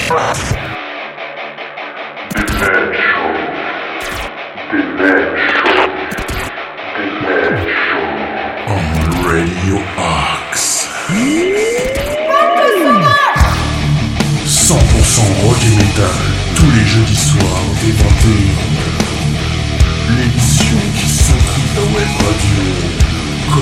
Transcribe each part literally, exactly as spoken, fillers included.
On Radio Axe. cent pour cent rock et metal, tous les jeudis soirs dès vingt et une heures. L'émission qui s'intrigue la web radio.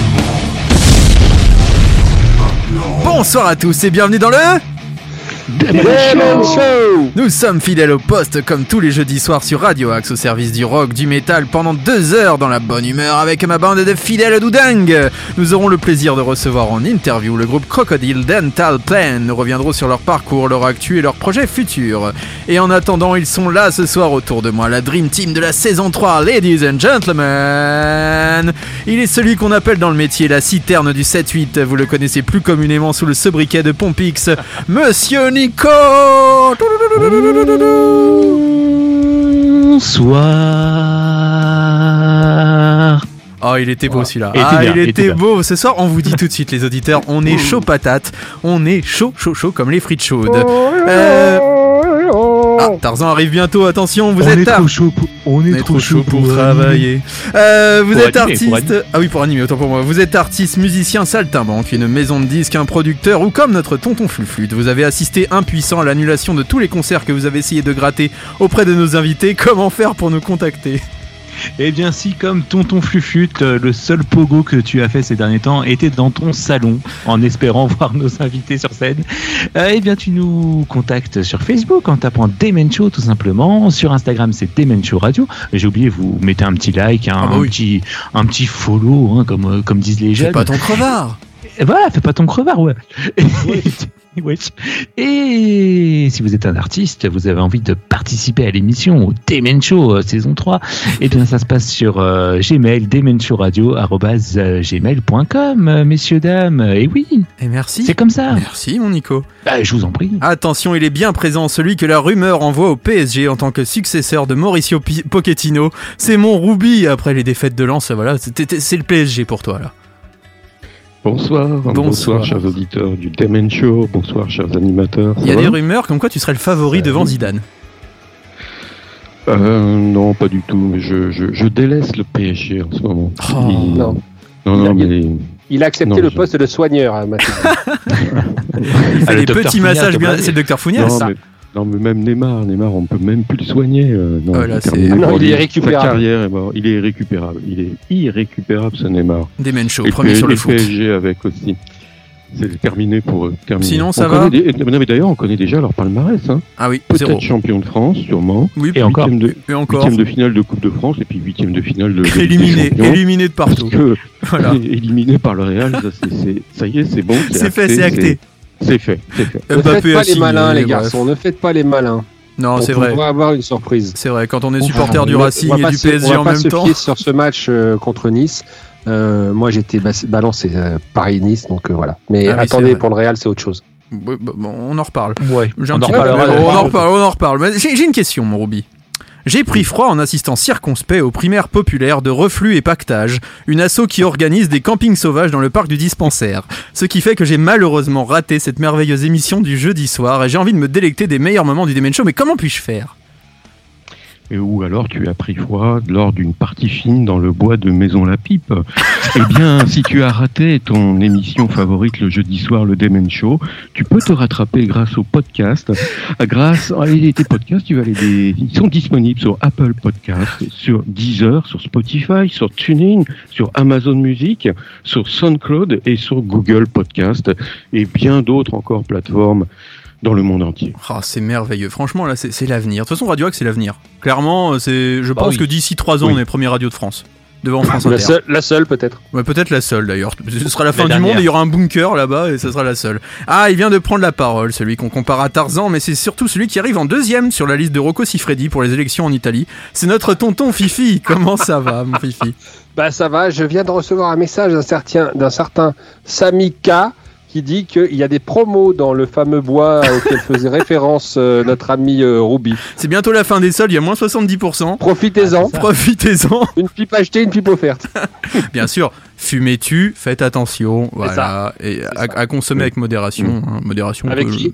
Comment? Bonsoir à tous et bienvenue dans le Demen Show. Nous sommes fidèles au poste comme tous les jeudis soirs sur Radio Axe au service du rock, du métal pendant deux heures dans la bonne humeur avec ma bande de fidèles doudingues. Nous aurons le plaisir de recevoir en interview le groupe Crocodile Dental Plan. Nous reviendrons sur leur parcours, leur actu et leurs projets futurs. Et en attendant, ils sont là ce soir autour de moi, la Dream Team de la saison trois, ladies and gentlemen. Il est celui qu'on appelle dans le métier la citerne du sept huit. Vous le connaissez plus communément sous le sobriquet de Pompix, Monsieur Nico. Bonsoir. Oh, il était beau celui-là. Il était Ah, bien, il il était était beau. Ce soir, on vous dit tout de suite, les auditeurs, on est chaud patate. On est chaud, chaud, chaud comme les frites chaudes. Euh... Ah, Tarzan arrive bientôt. Attention, vous on êtes est tard. trop chaud pour, on est On est trop chaud pour, pour travailler. Euh, vous Pour êtes animer, artiste. pour animer. Ah oui, pour animer, autant pour moi. Vous êtes artiste, musicien, saltimbanque, une maison de disques, un producteur ou comme notre tonton Fluflute. Vous avez assisté impuissant à l'annulation de tous les concerts que vous avez essayé de gratter auprès de nos invités. Comment faire pour nous contacter? Eh bien, si comme tonton Fluflute, euh, le seul pogo que tu as fait ces derniers temps était dans ton salon, en espérant voir nos invités sur scène, euh, eh bien, tu nous contactes sur Facebook en tapant Demen Show tout simplement. Sur Instagram, c'est Demen Show Radio. J'ai oublié, vous mettez un petit like, un, Ah bah oui. un petit, un petit follow, hein, comme, euh, comme disent les jeunes. Fais pas ton crevard. Et voilà, fais pas ton crevard, ouais. Ouais. Et si vous êtes un artiste, vous avez envie de participer à l'émission au Demen Show euh, saison trois, eh bien ça se passe sur euh, Gmail, demenshowradio arobase gmail point com, euh, messieurs, dames. Et oui, Et merci. c'est comme ça. Merci, mon Nico. Bah, je vous en prie. Attention, il est bien présent, celui que la rumeur envoie au P S G en tant que successeur de Mauricio P- Pochettino. C'est mon Ruby après les défaites de Lens. Voilà, c'est, c'est le P S G pour toi là. Bonsoir, bonsoir, Bonsoir. chers auditeurs du Demen Show, bonsoir chers animateurs. Il y a Ça des va rumeurs comme quoi tu serais le favori Ça devant va. Zidane. euh, Non, pas du tout, mais je, je, je délaisse le P S G en ce moment. Oh. Il- Non. non, non, Il a- mais... Il a accepté Non, le je- poste de soigneur, hein, Mathieu. Il fait Ah, le des docteur petits Fougnas, massages bien. comme C'est le docteur Fougnas. non, mais, non, mais même Neymar, Neymar, on peut même plus le soigner. euh, non, Oh là, c'est c'est- terminé Non, pour il lui. est irrécupérable. Sa carrière est morte. Il est irrécupérable. Il est irrécupérable, ce Neymar. Des men show, Et premier P- sur le et foot. P S G avec aussi. C'est terminé pour eux. Terminé. Sinon, ça On va connaît des- non, mais d'ailleurs, on connaît déjà leur palmarès. Hein. Ah oui, Peut-être zéro. champion de France, sûrement. Oui, Et encore. Huitième de, et encore. Huitième de finale de Coupe de France et puis huitième de finale de, de Ligue des Éliminé, Champions. éliminé de Parce partout. que Voilà. éliminé par le Real, ça, c'est, c'est- ça y est, c'est bon. C'est fait, c'est acté. C'est, c'est fait, c'est fait. Ne Mbappé faites a pas les signé, malins, les bref. garçons. Ne faites pas les malins. Non, On c'est vrai. pourrait avoir une surprise. C'est vrai, quand on est On supporter va- du on va- Racing on va et pas du se- P S G on va en pas même se temps. fier sur ce match euh, contre Nice. Euh, moi, j'étais bas- balancé euh, Paris-Nice, donc euh, voilà. Mais Ah oui, c'est attendez, vrai. pour le Real, c'est autre chose. Oui, bah, bon, on en reparle. Ouais, J'ai un on en petit- reparlera. on, on en en reparle, on en reparle. Mais J'ai, j'ai une question, mon Ruby. J'ai pris froid en assistant circonspect aux primaires populaires de Reflux et Pactage, une asso qui organise des campings sauvages dans le parc du dispensaire. Ce qui fait que j'ai malheureusement raté cette merveilleuse émission du jeudi soir et j'ai envie de me délecter des meilleurs moments du Demen Show. Mais comment puis-je faire ? Et ou alors tu as pris froid lors d'une partie fine dans le bois de Maison-la-Pipe. Eh bien, si tu as raté ton émission favorite le jeudi soir, le Demen Show, tu peux te rattraper grâce au podcast. Grâce à tes podcasts, tu vas les, les- ils sont disponibles sur Apple Podcasts, sur Deezer, sur Spotify, sur TuneIn, sur Amazon Music, sur SoundCloud et sur Google Podcast et bien d'autres encore plateformes dans le monde entier. Ah, c'est merveilleux. Franchement, là, c'est, c'est l'avenir. De toute façon, Radio Axe, c'est l'avenir. Clairement, c'est, je Bah pense oui. que d'ici trois ans, Oui. on est première radio de France. Devant France La Inter. seule, la seule peut-être. Ouais, peut-être la seule d'ailleurs. Ce sera la fin La du dernière. monde et il y aura un bunker là-bas et ce sera la seule. Ah, il vient de prendre la parole, celui qu'on compare à Tarzan, mais c'est surtout celui qui arrive en deuxième sur la liste de Rocco Siffredi pour les élections en Italie. C'est notre tonton Fifi. Comment ça va, mon Fifi ? Bah ça va, je viens de recevoir un message d'un certain, d'un certain Samika qui dit qu'il y a des promos dans le fameux bois auquel faisait référence euh, notre ami euh, Ruby. C'est bientôt la fin des soldes, il y a moins soixante-dix pour cent. Profitez-en. Profitez-en. Une pipe achetée, une pipe offerte. Bien sûr, fumez-tu, faites attention, voilà, et à, ça. à consommer avec modération. Hein, modération. Avec que- qui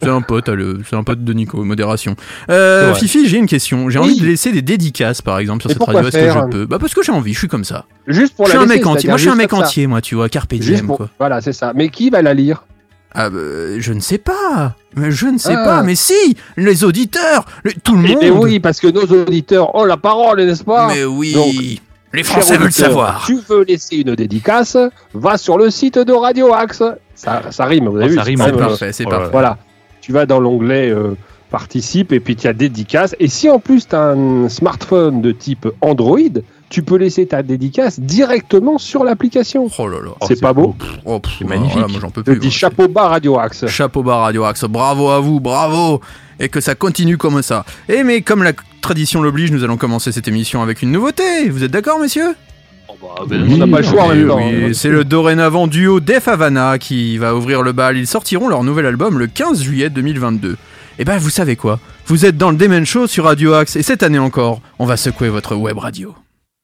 C'est un pote, le, c'est un pote de Nico, modération. Euh, Fifi, j'ai une question. J'ai oui. envie de laisser des dédicaces, par exemple, sur Et cette radio. Est-ce que faire je peux? Bah, parce que j'ai envie, je suis comme ça. Juste pour je la suis un laisser, mec entier. Moi, je suis un mec comme ça. entier, moi, tu vois, carpe diem, pour... quoi. Voilà, c'est ça. Mais qui va la lire? Ah, bah, je ne sais pas. Mais je ne sais Ah. pas. Mais si, les auditeurs, les- tout le Eh monde. ben oui, parce que nos auditeurs ont la parole, n'est-ce pas? Mais oui. Donc, les Français cher veulent auditeur, savoir. Tu veux laisser une dédicace? Va sur le site de Radio Axe. Ça, ça rime, vous avez Oh, vu? ça rime, quand C'est même, parfait, c'est Oh, parfait. Voilà. Tu vas dans l'onglet euh, participe et puis tu as dédicace. Et si en plus tu as un smartphone de type Android, tu peux laisser ta dédicace directement sur l'application. Oh là là. Oh, c'est pas beau? Oh, pff, C'est bah, magnifique. voilà, moi, j'en peux Je plus. dis moi. chapeau bas Radio Axe. Chapeau bas Radio Axe, bravo à vous, bravo, et que ça continue comme ça. Et mais comme la tradition l'oblige, nous allons commencer cette émission avec une nouveauté. Vous êtes d'accord, messieurs? On n'a pas le choix en Eh même temps. oui, c'est le dorénavant duo Def Havana qui va ouvrir le bal. Ils sortiront leur nouvel album le quinze juillet deux mille vingt-deux. Et ben, vous savez quoi? Vous êtes dans le Demen Show sur Radio Axe, et cette année encore, on va secouer votre web radio.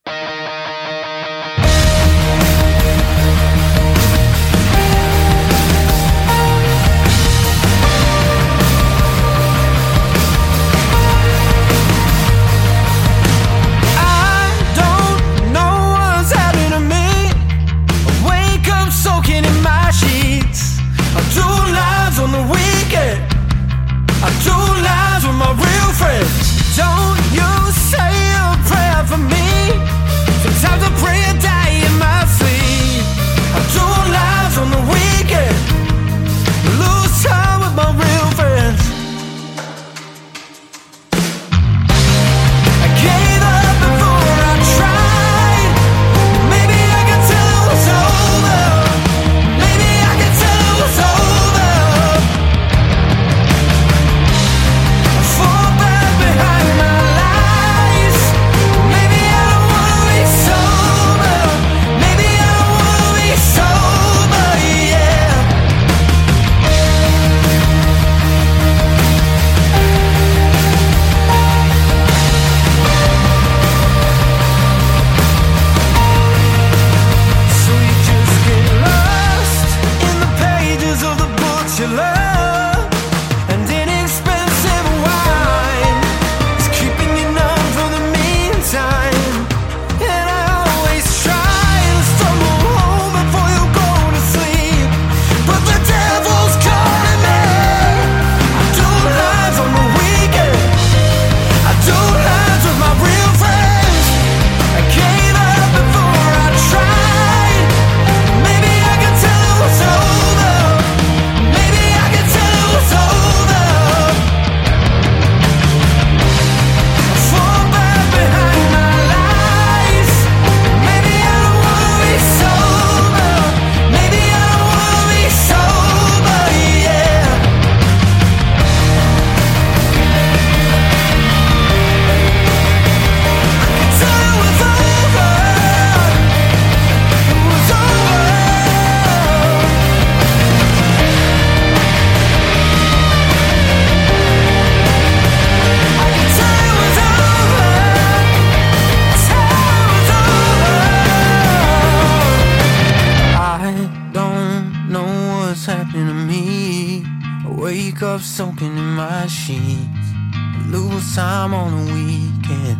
Don't you say a prayer for me? Sometimes I pray and die in my sleep. I do lies on the weekend, lose time with my real friends. I gave up before I tried. Maybe I can tell it was over. Maybe I can tell it was over. I fall back behind my lies. Maybe I don't wanna be sober. Maybe I don't wanna be sober, yeah. So you just get lost in the pages of the books you love, and inexpensive wine is keeping you numb for the meantime. And I always try to stumble home before you go to sleep, but the devil's calling me. I do lies on the weekend. I do lies with my real friends. I gave up before I tried. Maybe I can tell it was over. Maybe I can tell it was over. I fall back behind my lies. Maybe I don't wanna be sober. Maybe I don't wanna be sober, yeah. Tell it was over. It was over. I can tell it was over. Tell it was over. I don't know what's happening to me. I wake up soaking in my sheets. I lose time on the weekend.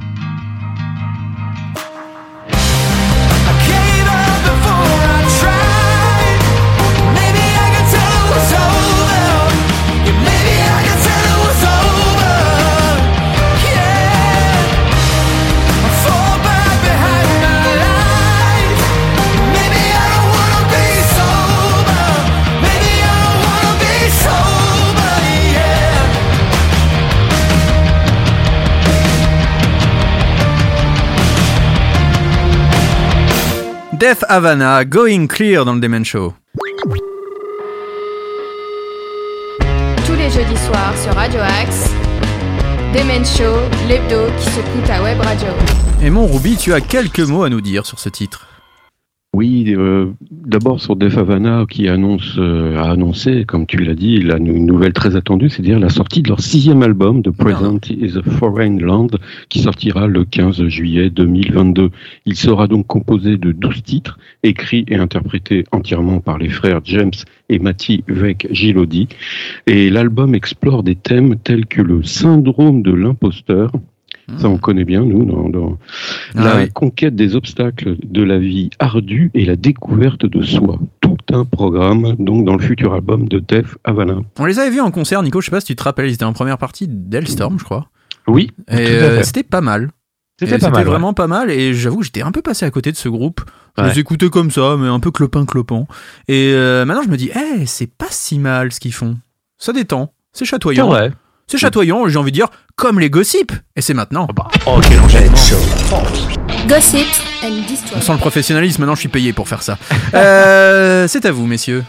I gave up before I tried. Maybe I can tell it was over. Yeah, maybe I can tell it was over. Yeah. I fall back behind my lies. Maybe I don't wanna be sober. Maybe I don't wanna be sober. Yeah. Def Havana, Going Clear dans le Demen Show. Tous les jeudis soirs sur Radio Axe, Demen Show, l'hebdo qui secoue ta web radio. Et mon Ruby, tu as quelques mots à nous dire sur ce titre. Oui, euh, d'abord sur Def Havana qui annonce, euh, a annoncé, comme tu l'as dit, la, une nouvelle très attendue, c'est-à-dire la sortie de leur sixième album, The Present is a Foreign Land, qui sortira le quinze juillet deux mille vingt-deux. Il sera donc composé de douze titres, écrits et interprétés entièrement par les frères James et Matty Vec Gilodi. Et l'album explore des thèmes tels que le syndrome de l'imposteur. Ça, on connaît bien, nous, dans, dans Ah la oui. conquête des obstacles de la vie ardue et la découverte de soi. Tout un programme, donc, dans le futur album de Def Havana. On les avait vus en concert, Nico, je sais pas si tu te rappelles, ils étaient en première partie d'Hellstorm, je crois. Oui, Et tout à euh, fait. c'était pas mal. C'était Et pas mal. ouais. vraiment pas mal, et j'avoue que j'étais un peu passé à côté de ce groupe. Je Ouais. les écoutais comme ça, mais un peu clopin-clopant. Et euh, maintenant, je me dis, hey, c'est pas si mal ce qu'ils font. Ça détend, c'est C'est chatoyant. vrai. C'est chatoyant, j'ai envie de dire, comme les gossips. Et c'est maintenant. Ah bah, oh, quel enchaînement. Gossip and On Destroy. sent le professionnalisme, maintenant je suis payé pour faire ça. euh, c'est à vous, messieurs.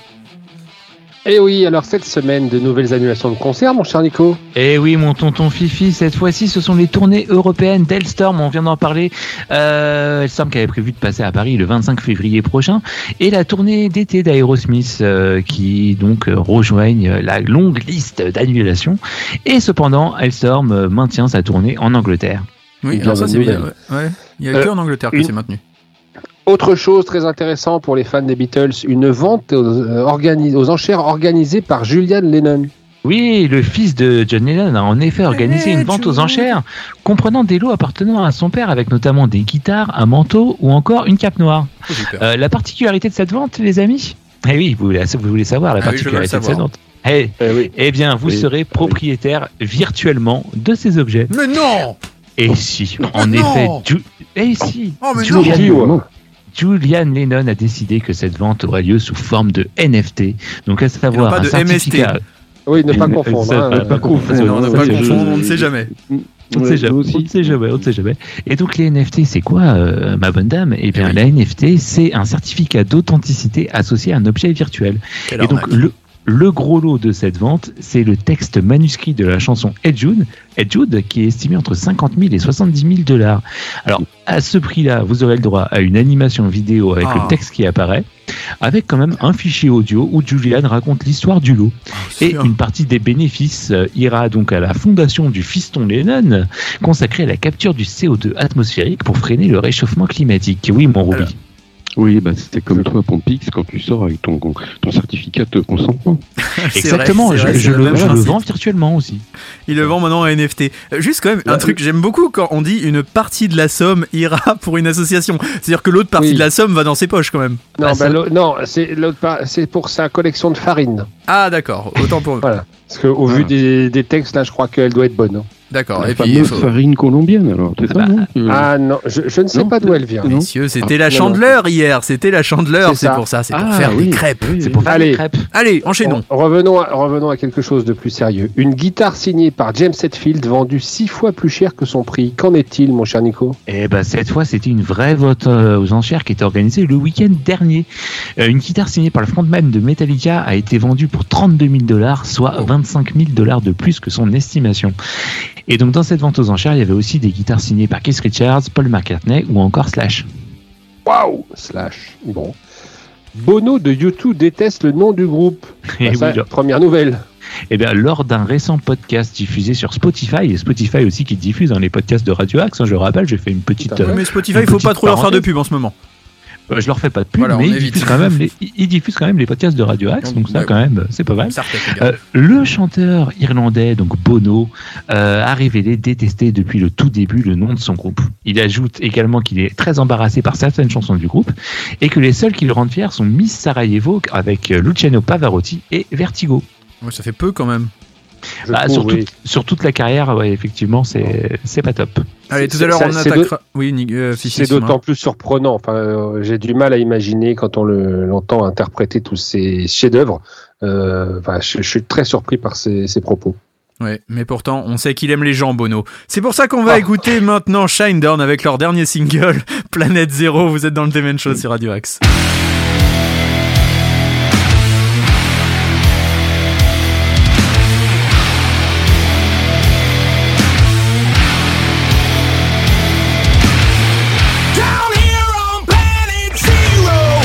Et oui, alors cette semaine, de nouvelles annulations de concerts, mon cher Nico. Eh oui, mon tonton Fifi, cette fois-ci, ce sont les tournées européennes d'Hellstorm. On vient d'en parler. Euh, Hellstorm qui avait prévu de passer à Paris le vingt-cinq février prochain. Et la tournée d'été d'Aerosmith euh, qui donc euh, rejoignent la longue liste d'annulations. Et cependant, Hellstorm euh, maintient sa tournée en Angleterre. Oui, Bien alors ça bonne c'est bien. nouvelle. Ouais. Ouais. Il y a Euh, que en Angleterre que une- c'est maintenu. Autre chose très intéressante pour les fans des Beatles, une vente aux, euh, organi- aux enchères organisée par Julian Lennon. Oui, le fils de John Lennon a en effet organisé Eh, une vente aux Jude. enchères, comprenant des lots appartenant à son père avec notamment des guitares, un manteau ou encore une cape noire. Oh, j'ai peur. Euh, la particularité de cette vente, les amis? Eh oui, vous voulez, vous voulez savoir la Ah oui, je veux le particularité de cette savoir. vente. Eh, Eh oui. eh bien, vous Oui. serez propriétaire virtuellement de ces objets. Mais non. Et si, Non, en mais effet, non. Ju- eh si, Oh, mais non. Julian, Qui, ouais. Julian Lennon a décidé que cette vente aura lieu sous forme de N F T, donc à savoir pas un de M S T. certificat. Oui, ne pas Euh, confondre. ça, hein, pas- euh, pas confondre. Non, on ne ça, pas je- confondre, on ne sait jamais. On ne sait Ouais, jamais, nous on aussi. ne sait jamais, on ne sait jamais. Et donc les N F T, c'est quoi, euh, ma bonne dame? Eh bien, Eh oui. la N F T, c'est un certificat d'authenticité associé à un objet virtuel. Quelle Et donc arnaque. le, le gros lot de cette vente, c'est le texte manuscrit de la chanson Ed Jude, Ed Jude, qui est estimé entre cinquante mille et soixante-dix mille dollars. Alors, à ce prix-là, vous aurez le droit à une animation vidéo avec Ah. le texte qui apparaît, avec quand même un fichier audio où Julian raconte l'histoire du lot. Et Super. une partie des bénéfices euh, ira donc à la fondation du fiston Lennon, consacrée à la capture du C O deux atmosphérique pour freiner le réchauffement climatique. Oui, mon Ruby. Alors. Oui, bah, c'était comme toi, Pompix, quand tu sors avec ton, ton certificat de consentement. C'est Exactement, vrai, c'est je, vrai, je c'est le, même je le principe. vends virtuellement aussi. Il le vend maintenant en N F T. Euh, Juste quand même, un Bah, truc, j'aime beaucoup quand on dit une partie de la somme ira pour une association. C'est-à-dire que l'autre partie Oui. de la somme va dans ses poches quand même. Non, Ah, bah, ça- l'autre- non, c'est l'autre part- c'est pour sa collection de farine. Ah d'accord, autant pour eux. Voilà. Parce qu'au Ah. vu des, des textes, là, je crois qu'elle doit être bonne. hein. D'accord, La et puis il fameuse faut... farine colombienne, alors, c'est ça, bah, non que- Ah non, je, je ne sais Non, pas d'où elle vient. non. Messieurs, c'était la non, non. chandeleur hier, c'était la chandeleur, C'est c'est ça. pour ça, c'est pour Ah, faire oui. des crêpes. Oui, C'est oui. pour faire Allez. des crêpes. Allez, enchaînons. Re- Revenons à, revenons à quelque chose de plus sérieux. Une guitare signée par James Hetfield vendue six fois plus cher que son prix. Qu'en est-il, mon cher Nico? Et ben cette fois, c'était une vraie vote euh, aux enchères qui était organisée le week-end dernier. Euh, une guitare signée par le frontman de Metallica a été vendue pour trente-deux mille dollars, soit vingt-cinq mille dollars de plus que son estimation. Et donc dans cette vente aux enchères, il y avait aussi des guitares signées par Keith Richards, Paul McCartney ou encore Slash. Waouh! Slash. Bon. Bono de U deux déteste le nom du groupe. Et Bah, ça, oui, là. première nouvelle. Eh bien, lors d'un récent podcast diffusé sur Spotify, et Spotify aussi qui diffuse dans les podcasts de Radio Axe, hein, je le rappelle, j'ai fait une petite... Tout à fait. euh, Mais Spotify, une il faut petite pas trop leur faire de parenthèse. pub en ce moment. euh, je leur fais pas de pub, Voilà, on mais ils évite. diffusent, quand même les, ils- ils diffusent quand même les podcasts de Radio Axe, donc ça Ouais. quand même, c'est pas mal. Ça retête, les gars. Euh, le chanteur irlandais, donc Bono, euh, a révélé détester depuis le tout début le nom de son groupe. Il ajoute également qu'il est très embarrassé par certaines chansons du groupe et que les seuls qui le rendent fier sont Miss Sarajevo avec euh, Luciano Pavarotti et Vertigo. Ouais, ça fait peu quand même. Je Bah, trouve, sur, oui. toute- sur toute la carrière, ouais, effectivement, c'est c'est pas top. Allez, tout C'est- à l'heure ça- on c'est attaquera. Oui, Ni- euh, Fifi, C'est excuse-moi. d'autant plus surprenant. Enfin, euh, j'ai du mal à imaginer quand on le- l'entend interpréter tous ces chefs-d'œuvre. Euh, enfin, je, je suis très surpris par ces, ces propos. Ouais, mais pourtant, on sait qu'il aime les gens, Bono. C'est pour ça qu'on va Ah. écouter maintenant Shinedown avec leur dernier single, Planète Zéro. Vous êtes dans le Demen Show sur Radio Axe. Down here on planet zero,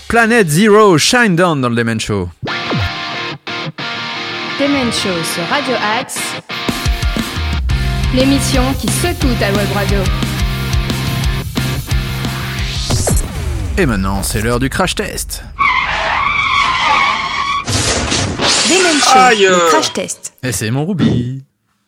Planet Zero, Shine Down dans le Demen Show. Demen Show sur Radio Axe, l'émission qui secoue ta web radio. Et maintenant, c'est l'heure du crash test. Demen Show, Aïe. le crash test. Et c'est mon Ruby.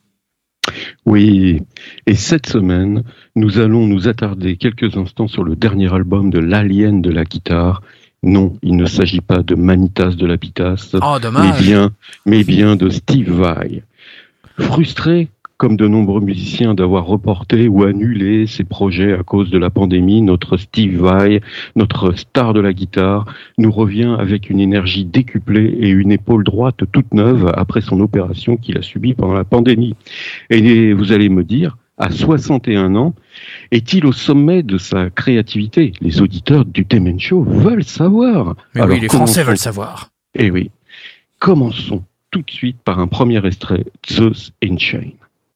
Oui, et cette semaine, nous allons nous attarder quelques instants sur le dernier album de l'alien de la guitare. Non, il ne s'agit pas de Manitas de la Pitasse, Oh, mais dommage. bien, mais bien de Steve Vai. Frustré, comme de nombreux musiciens, d'avoir reporté ou annulé ses projets à cause de la pandémie, notre Steve Vai, notre star de la guitare, nous revient avec une énergie décuplée et une épaule droite toute neuve après son opération qu'il a subie pendant la pandémie. Et vous allez me dire, à soixante et un ans, est-il au sommet de sa créativité? Les auditeurs du Demen Show veulent savoir. Mais Alors, oui, les Français commençons- veulent savoir. Eh oui. Commençons tout de suite par un premier extrait, Zeus in Chain.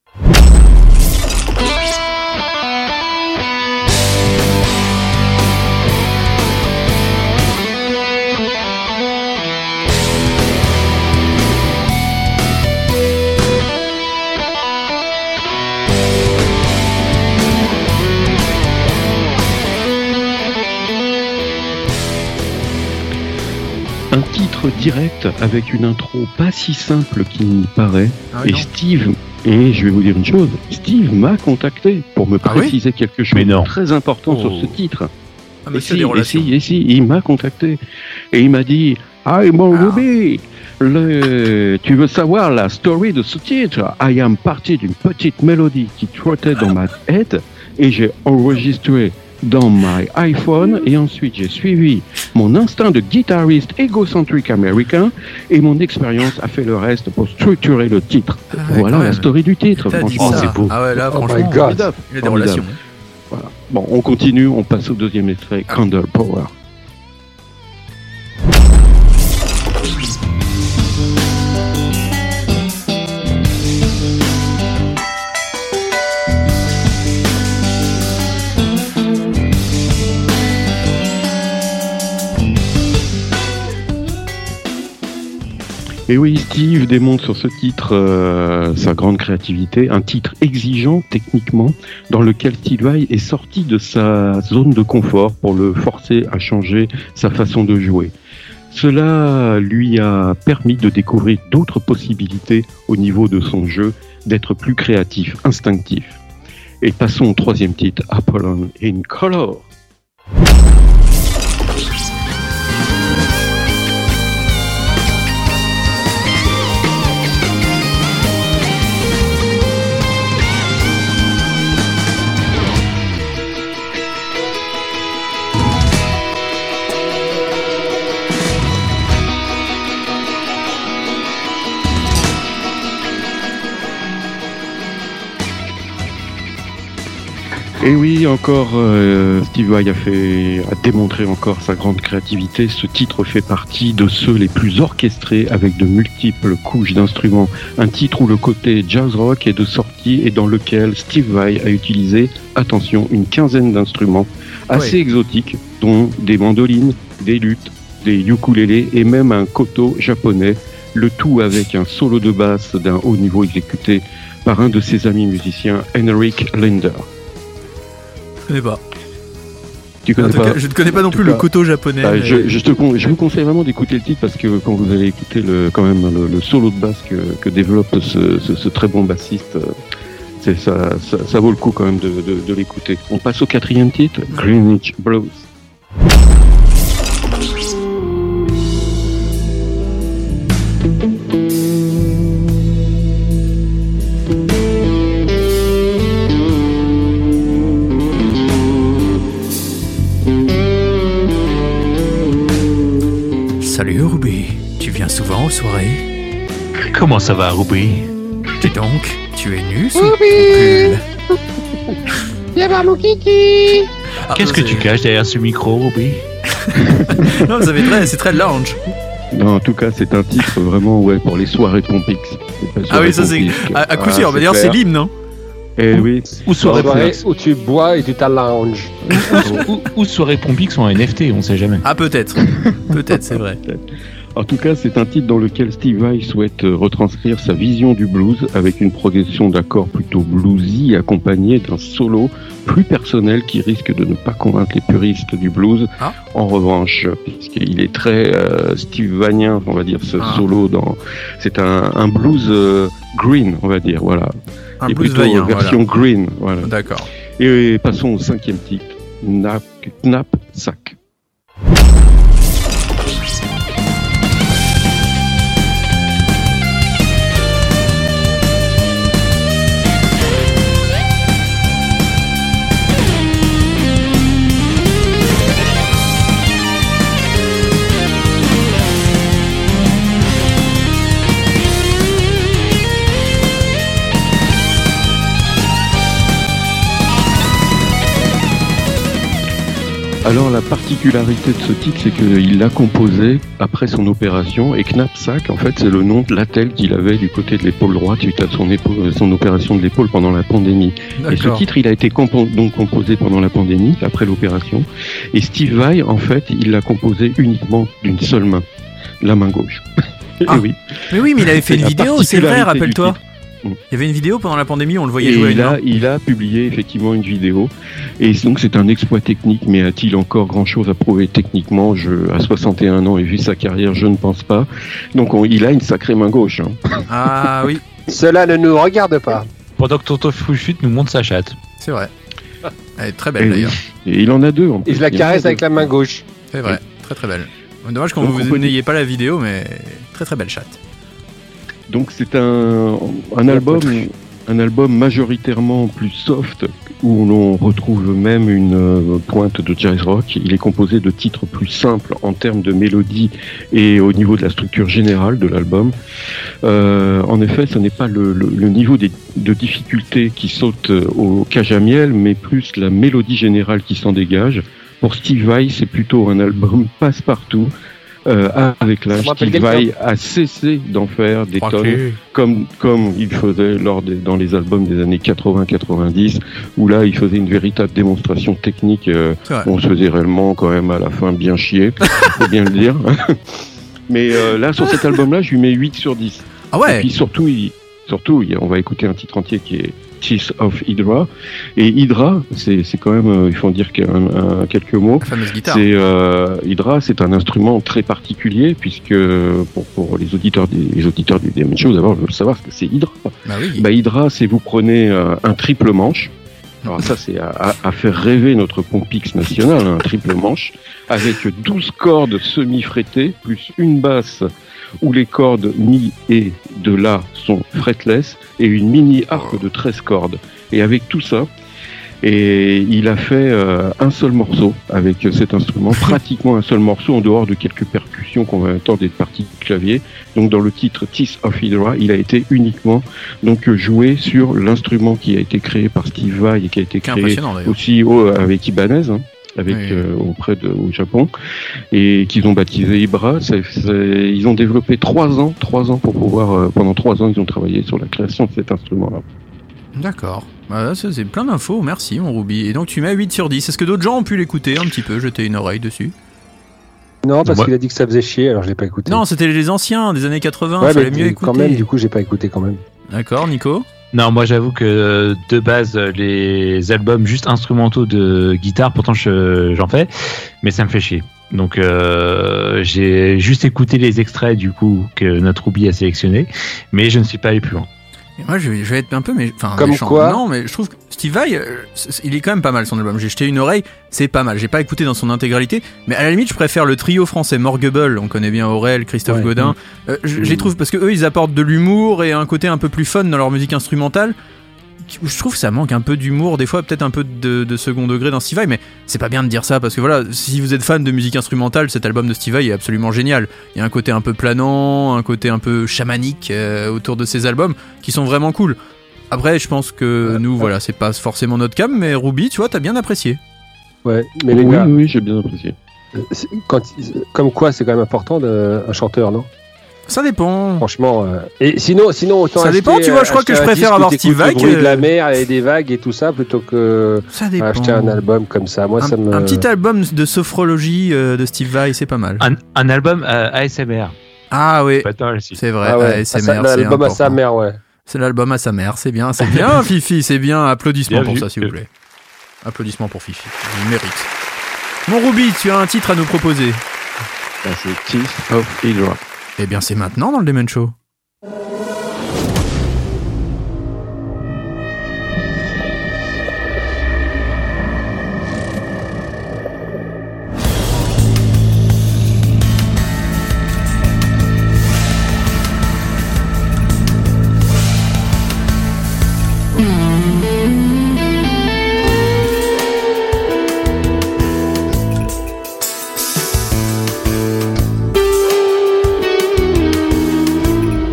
Un titre direct avec une intro pas si simple qu'il n'y paraît. Ah oui, Et non. Steve, et je vais vous dire une chose, Steve m'a contacté pour me Ah oui préciser quelque chose Mais non. de très important Oh. sur ce titre. Ah, Et monsieur si, des et relations. si, et si, il m'a contacté. Et il m'a dit, ah, mon Ah. Ruby, le... tu veux savoir la story de ce titre? I am parti d'une petite mélodie qui trottait dans ma tête et j'ai enregistré dans my iPhone et ensuite j'ai suivi mon instinct de guitariste égocentrique américain et mon expérience a fait le reste pour structurer le titre. Ah ouais, Voilà quand la même. story du titre, T'as dit franchement, ça. c'est beau. Ah ouais, là, Oh my franchement, God. Formidable. il y a des Formidable. relations. Voilà. Bon, on continue, on passe au deuxième extrait, Candle Power. Et oui, Steve démontre sur ce titre euh, sa grande créativité, un titre exigeant techniquement, dans lequel Steve Vai est sorti de sa zone de confort pour le forcer à changer sa façon de jouer. Cela lui a permis de découvrir d'autres possibilités au niveau de son jeu, d'être plus créatif, instinctif. Et passons au troisième titre, Apollon in Color. Et oui, encore, euh, Steve Vai a fait, a démontré encore sa grande créativité. Ce titre fait partie de ceux les plus orchestrés avec de multiples couches d'instruments. Un titre où le côté jazz rock est de sortie et dans lequel Steve Vai a utilisé, attention, une quinzaine d'instruments assez Ouais. exotiques, dont des mandolines, des luttes, des ukulélés et même un koto japonais. Le tout avec un solo de basse d'un haut niveau exécuté par un de ses amis musiciens, Henrik Linder. Je connais pas. Tu En connais tout pas cas, je ne connais pas non plus tout le cas, koto japonais. Bah, mais- je, je, te con- je vous conseille vraiment d'écouter le titre parce que quand vous allez écouter le, quand même le, le solo de basse que, que développe ce, ce, ce très bon bassiste, euh, c'est ça, ça, ça vaut le coup quand même de, de, de l'écouter. On passe au quatrième titre, Greenwich Blues. Salut Ruby, tu viens souvent aux soirées? Comment ça va, Ruby? Et donc, tu es nu sous ton pull? Viens voir mon kiki. Ah, Qu'est-ce que c'est- tu caches derrière ce micro, Ruby? Non, vous avez très, c'est très lounge. Non, en tout cas, c'est un titre vraiment ouais pour les soirées Pompix. Ah oui, ça c'est à, à coup sûr. On va dire c'est l'hymne, non? Et oui. Ou soirée Soirée Pompix. où tu bois et tu t'allonges. ou, ou soirée Pompix en N F T, on sait jamais. Ah, peut-être. Peut-être, c'est vrai. En tout cas, c'est un titre dans lequel Steve Vai souhaite euh, retranscrire sa vision du blues avec une progression d'accords plutôt bluesy accompagnée d'un solo plus personnel qui risque de ne pas convaincre les puristes du blues. Ah. En revanche, puisqu'il est très euh, Steve Vainien, on va dire, ce Ah. solo dans, c'est un, un blues euh, green, on va dire, voilà. Un Et blues plutôt vaillant, version voilà. green, voilà. D'accord. Et, passons au cinquième titre, Knap, Knap Sack. Alors la particularité de ce titre, c'est qu'il l'a composé après son opération, et Knapsack, en fait, c'est le nom de l'attelle qu'il avait du côté de l'épaule droite suite à son, épaule, son opération de l'épaule pendant la pandémie. Et ce D'accord. titre, il a été compo- donc composé pendant la pandémie, après l'opération, et Steve Vai, en fait, il l'a composé uniquement d'une seule main, la main gauche. Et Ah. oui. Mais oui, mais il avait fait C'est une la vidéo, c'est vrai, particularité du rappelle-toi. titre. Mm. Il y avait une vidéo pendant la pandémie, on le voyait Et jouer à une il a, main. il a publié effectivement une vidéo. Et donc c'est un exploit technique, mais a-t-il encore grand-chose à prouver techniquement? Je, à soixante et un ans et vu sa carrière, je ne pense pas. Donc on- il a une sacrée main gauche. Hein. Ah oui, Cela ne nous regarde pas. Pendant que Tonton Fouchute nous montre sa chatte. c'est vrai. Elle est très Et, belle d'ailleurs. et il en a deux. En plus. Et je la Il en a caresse deux. avec la main gauche. C'est vrai, très très belle. Dommage qu'on Donc, vous on peut- n'ayez pas la vidéo, mais très très belle chatte. Donc c'est un, un album, un album majoritairement plus soft où l'on retrouve même une euh, pointe de jazz rock. Il est composé de titres plus simples en termes de mélodie et au niveau de la structure générale de l'album. Euh, en effet, ce n'est pas le, le- le niveau des- de difficulté qui saute au cage à miel, mais plus la mélodie générale qui s'en dégage. Pour Steve Vai, c'est plutôt un album passe-partout. Euh, avec l'âge, Ça me rappelle Steve quelqu'un. Vai a cessé d'en faire des tonnes Crois-tu. comme comme il faisait lors des, dans les albums des années quatre-vingts quatre-vingt-dix, où là il faisait une véritable démonstration technique. Euh, C'est vrai. on se faisait réellement quand même à la fin bien chier, faut bien le dire. Mais euh, là sur cet album-là, je lui mets huit sur dix. Ah Et ouais. puis surtout, il, surtout, il y a- on va écouter un titre entier qui est Teeth of Hydra. Et Hydra, c'est c'est quand même, euh, il faut en dire qu'un- un- quelques mots. La fameuse guitare. C'est euh, Hydra, c'est un instrument très particulier puisque pour, pour les auditeurs des les auditeurs du Demon Show, d'abord, veulent savoir ce que c'est Hydra. Bah oui. Bah Hydra, c'est vous prenez euh, un triple manche. Alors ça, c'est à, à- à faire rêver notre Pompix national, hein, un triple manche avec douze cordes semi-frettées plus une basse où les cordes mi et de la sont fretless et une mini harpe de treize cordes. Et avec tout ça, et il a fait euh, un seul morceau avec cet instrument, pratiquement un seul morceau en dehors de quelques percussions qu'on va entendre des parties de clavier. Donc dans le titre Teeth of Hydra, il a été uniquement donc joué sur l'instrument qui a été créé par Steve Vai et qui a été C'est créé impressionnant d'ailleurs. aussi oh, avec Ibanez, hein, avec Oui. euh, auprès de au Japon, et qu'ils ont baptisé Ibra. Ça- ça- ils ont développé trois ans, trois ans pour pouvoir euh, pendant trois ans ils ont travaillé sur la création de cet instrument-là. D'accord. Bah, ça, c'est plein d'infos, merci mon Ruby. Et donc tu mets huit sur dix. Est-ce que d'autres gens ont pu l'écouter un petit peu, jeter une oreille dessus? Non, parce Moi- qu'il a dit que ça faisait chier, alors je l'ai pas écouté. Non, c'était les anciens des années quatre-vingts, ouais, fallait mais mieux écouter. quand même, du coup, j'ai pas écouté quand même. D'accord, Nico? Non, moi j'avoue que de base, les albums juste instrumentaux de guitare, pourtant je- j'en fais, mais ça me fait chier. Donc euh, j'ai juste écouté les extraits du coup que notre Ruby a sélectionné, mais je ne suis pas allé plus loin. Et moi, je vais, je vais être un peu mé- enfin, Comme méchant. quoi Non, mais je trouve que Steve Vai, euh, c'est- il est quand même pas mal son album. J'ai jeté une oreille, c'est pas mal. J'ai pas écouté dans son intégralité, mais à la limite, je préfère le trio français Morgueble. On connaît bien Aurel, Christophe Ouais. Godin. Euh, je je les trouve parce que eux, ils apportent de l'humour et un côté un peu plus fun dans leur musique instrumentale. Je trouve que ça manque un peu d'humour, des fois peut-être un peu de, de second degré dans Steve Vai, mais c'est pas bien de dire ça parce que voilà, si vous êtes fan de musique instrumentale, cet album de Steve Vai est absolument génial. Il y a un côté un peu planant, un côté un peu chamanique euh, autour de ces albums qui sont vraiment cool. Après, je pense que nous, voilà, c'est pas forcément notre cam, mais Ruby, tu vois, t'as bien apprécié. Ouais, mais les oui, gars, oui, j'ai bien apprécié. c'est- quand, comme quoi c'est quand même important de, un chanteur, non? Ça dépend. Franchement. euh, Et sinon, sinon autant Ça acheter, dépend, tu vois, je crois acheter que je un préfère disque où avoir t'écoutes Steve Vai le bruit que- de la mer et des vagues et tout ça plutôt que Ça dépend. acheter un album comme ça. Moi, Un, ça me. un petit album de sophrologie euh, de Steve Vai, c'est pas mal. Un, un album euh, A S M R. Ah oui, Pas mal aussi. c'est vrai. Ah ouais. A S M R, Ah, ça, c'est l'album à sa important. mère, ouais. C'est l'album à sa mère, c'est bien, c'est bien, Fifi, c'est bien. Applaudissements Bien pour vu. ça, s'il vous plaît. Applaudissements pour Fifi, il mérite. Mon Ruby, tu as un titre à nous proposer. Ah, c'est Teeth of Hydra. Eh bien, c'est maintenant dans le Demen Show. Thank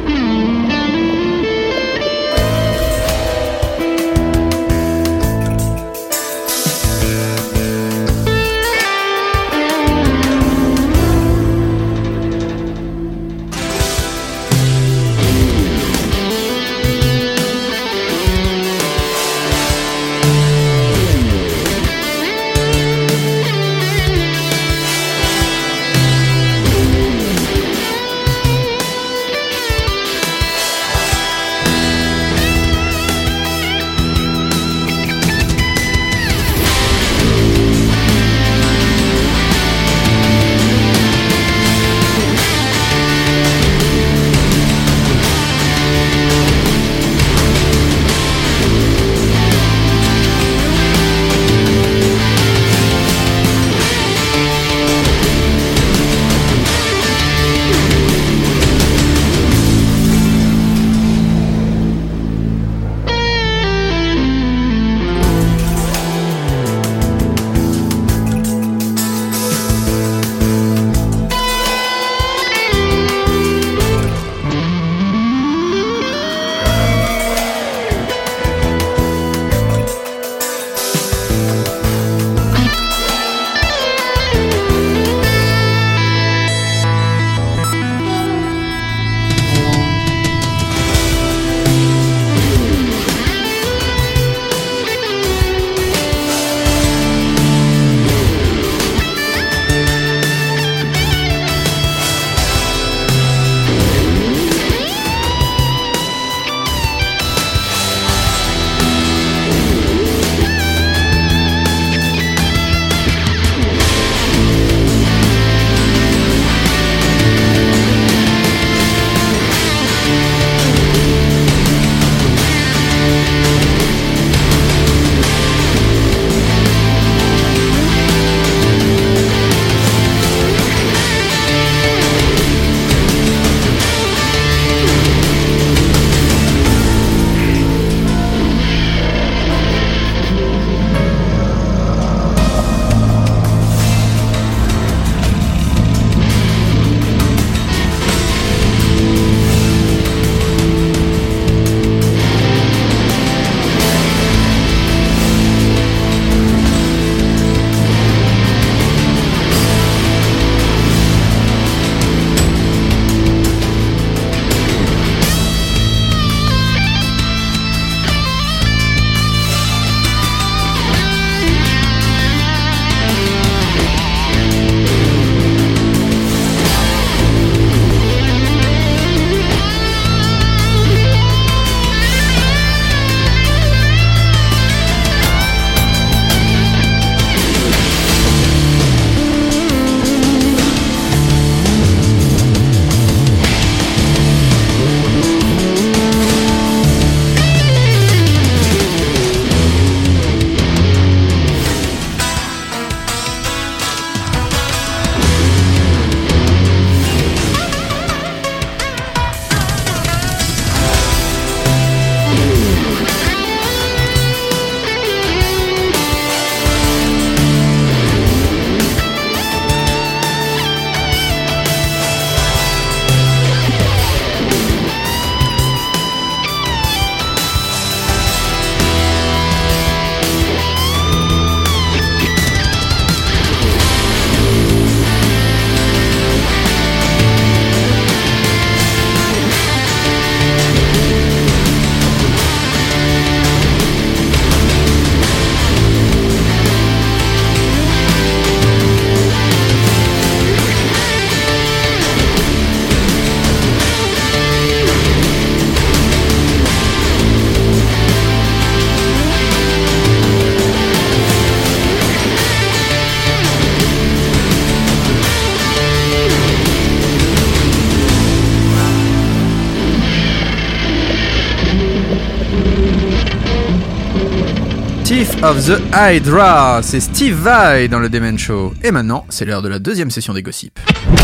of the Hydra. C'est Steve Vai dans le Demen Show. Et maintenant, c'est l'heure de la deuxième session des gossips.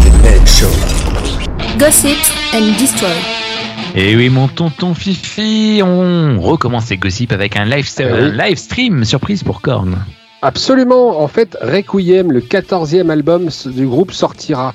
Gossips and Destroy. Et oui, mon tonton Fifi, on recommence les gossips avec un live, Oui. un live stream surprise pour Korn. Absolument. En fait, Requiem, le quatorzième album du groupe, sortira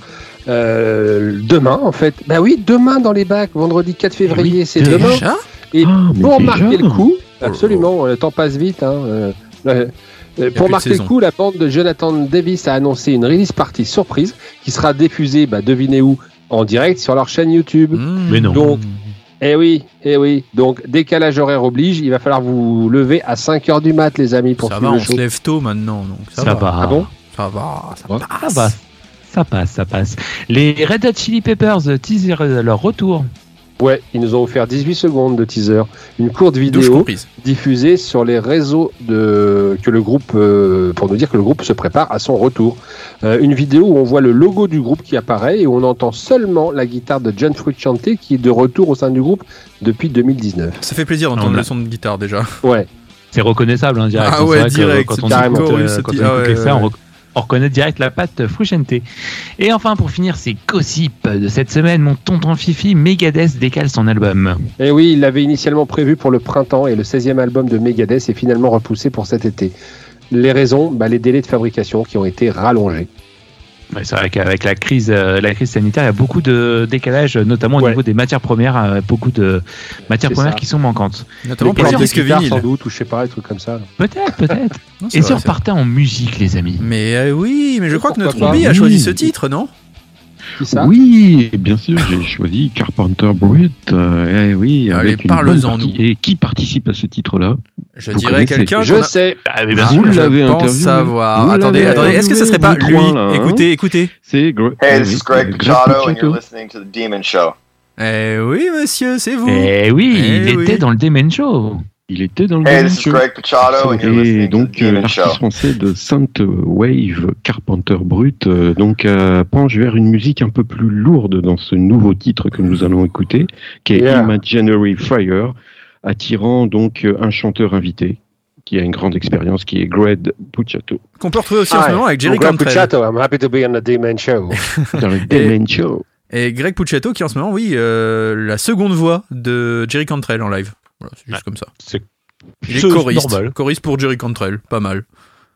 euh, demain, en fait. Bah oui, demain dans les bacs, vendredi quatre février, Oui, c'est demain. Déjà Et Ah, mais pour déjà marquer le coup, absolument, le temps passe vite. Hein, euh, euh, plus pour de marquer saison. le coup, la bande de Jonathan Davis a annoncé une release party surprise qui sera diffusée, bah, devinez où, en direct sur leur chaîne YouTube. Mmh. Mais non. Donc, eh oui, eh oui. Donc, décalage horaire oblige, il va falloir vous lever à cinq heures du mat, les amis, pour Ça suivre va, le on show. se lève tôt maintenant, donc ça, Ça va. va. Ah bon Ça va, ça Ouais. passe. Ça va. Ça passe, ça passe. Les Red Hot Chili Peppers teasent leur retour. Ouais, ils nous ont offert dix-huit secondes de teaser, une courte Douche vidéo comprise. diffusée sur les réseaux de que le groupe euh, pour nous dire que le groupe se prépare à son retour. Euh, une vidéo où on voit le logo du groupe qui apparaît et où on entend seulement la guitare de John Frusciante qui est de retour au sein du groupe depuis deux mille dix-neuf. Ça fait plaisir d'entendre On a- le son de guitare déjà. Ouais, C'est reconnaissable, hein, direct. Ah C'est ouais, vrai que direct, Quand ce on petit écoute, chorus, euh, ce quand petit- on ah écoute ouais, ça, ouais, on, ouais. rec- on reconnaît direct la patte Frusciante. Et enfin, pour finir, ces gossips de cette semaine, mon tonton Fifi, Megadeth décale son album. et oui, il l'avait initialement prévu pour le printemps et le seizième album de Megadeth est finalement repoussé pour cet été. Les raisons, bah, les délais de fabrication qui ont été rallongés. Ouais, c'est vrai qu'avec la crise, euh, la crise sanitaire, il y a beaucoup de décalage, notamment au Ouais. niveau des matières premières, euh, beaucoup de matières C'est premières ça. qui sont manquantes. Notamment Les pour les cordes disques de guitare, vinyles. sans doute, ou je sais pas, des trucs comme ça. Peut-être, peut-être. Non, c'est Et si vrai, on c'est vrai. repartait en musique, les amis? Mais euh, oui, mais je crois que Pourquoi notre pas. Ruby a Oui. choisi ce titre, non Qui ça Oui, bien sûr, j'ai choisi Carpenter Brut. euh, eh oui, Allez, avec une parle-en, bonne partie. nous. Et qui participe à ce titre-là? Je Vous dirais connaissez. quelqu'un Je qu'on a- sais. Ah, mais Ah, bien Vous sûr. je l'avez pense interviewé. savoir. Vous Attendez, l'avez attendez, est-ce que ça serait pas interviewé, lui vous trois, là, hein Écoutez, écoutez. C'est Gre- Hey, eh this oui, is Greg Greg Puciato, and Puciato. you're listening to The Demon Show. Eh oui, monsieur, c'est vous. Eh oui, Eh il oui. était dans le Demen Show. Il était dans le Hey, Demon this is Show. Greg Puciato, and you're Et listening to The donc euh, Demon Show. l'artiste français de Sainte Wave, Carpenter Brut, euh, donc euh, penche vers une musique un peu plus lourde dans ce nouveau titre que nous allons écouter, qui est Yeah. Imaginary Fire, attirant donc euh, un chanteur invité qui a une grande expérience, qui est Greg Puciato, Qu'on peut retrouver aussi en ce Hi, moment avec Jerry I'm Greg Cantrell. Puciato, I'm happy to be on the D-Man Show. dans le Demon Show. Et Greg Puciato qui en ce moment, oui, euh, la seconde voix de Jerry Cantrell en live. Voilà, c'est juste Ah, comme ça. c'est- Il est c'est choriste. normal. Choriste pour Jerry Cantrell, pas mal.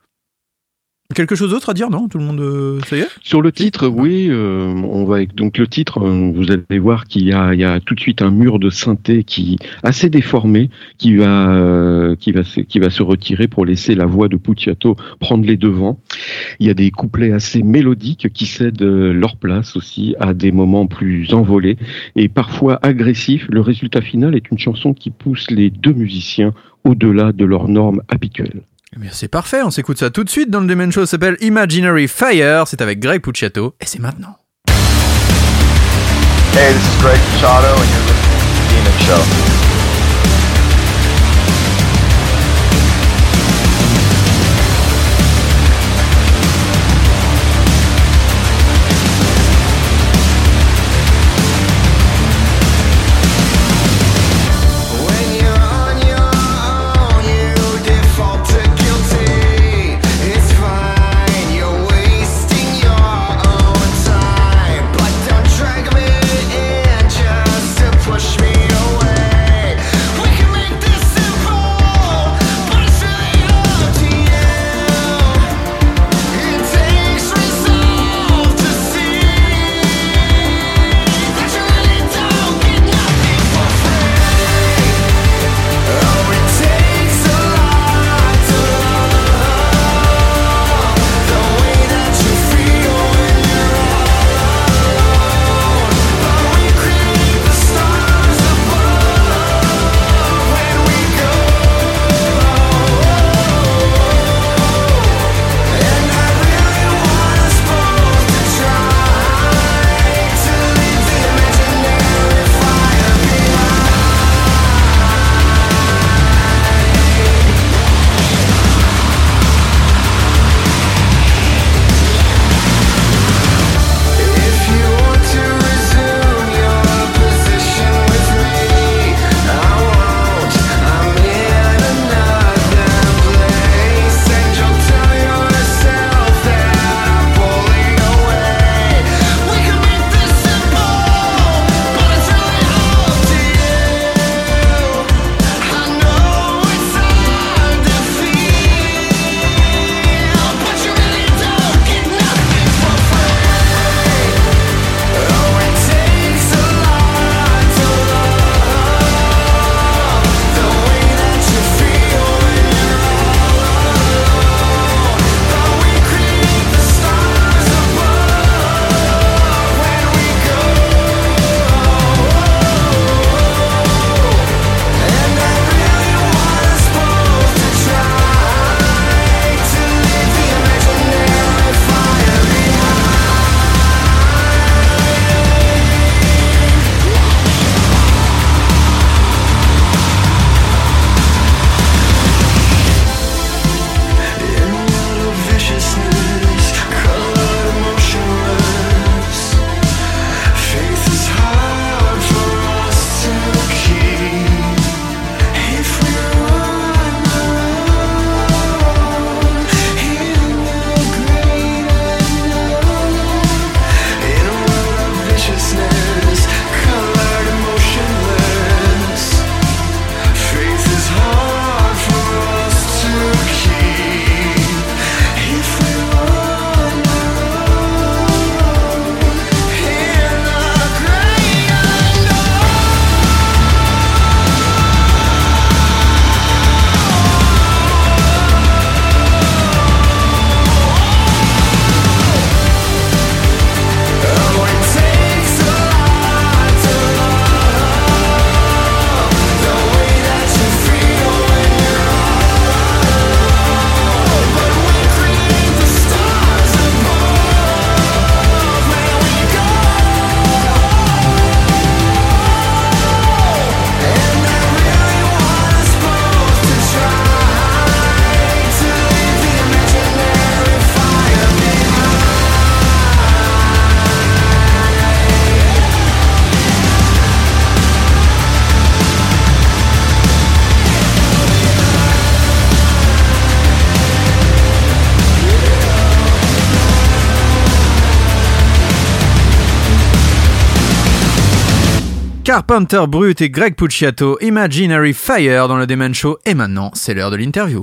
Quelque chose d'autre à dire, non? Tout le monde, euh, ça y est? Sur le titre, oui, euh, on va donc le titre, euh, vous allez voir qu'il y a, il y a tout de suite un mur de synthé qui assez déformé, qui va, euh, qui va, se, qui va se retirer pour laisser la voix de Puciato prendre les devants. Il y a des couplets assez mélodiques qui cèdent euh, leur place aussi à des moments plus envolés et parfois agressifs. Le résultat final est une chanson qui pousse les deux musiciens au-delà de leurs normes habituelles. Eh bien, c'est parfait, on s'écoute ça tout de suite dans le Demen Show, ça s'appelle Imaginary Fire, c'est avec Greg Puciato, et c'est maintenant. Hey, this is Greg Puciato, and you're listening to The Demon Show. When you're on your own, you default to guilty. It's fine, you're wasting your own time, but don't drag me in just to push me away. Carpenter Brut et Greg Puciato, Imaginary Fire dans le Demen Show. Et maintenant, c'est l'heure de l'interview.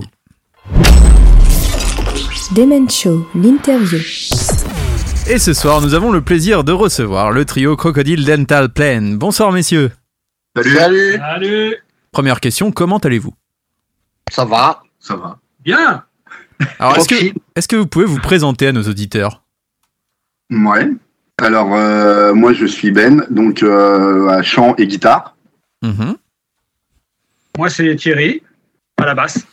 Demen Show, l'interview. Et ce soir, nous avons le plaisir de recevoir le trio Crocodile Dental Plan. Bonsoir messieurs. Salut. Salut. Salut. Première question, comment allez-vous ? Ça va. Ça va. Bien. Alors, est-ce que, est-ce que vous pouvez vous présenter à nos auditeurs ? Ouais. Alors, euh, moi, je suis Ben, donc euh, à chant et guitare. Mmh. Moi, c'est Thierry, à la basse.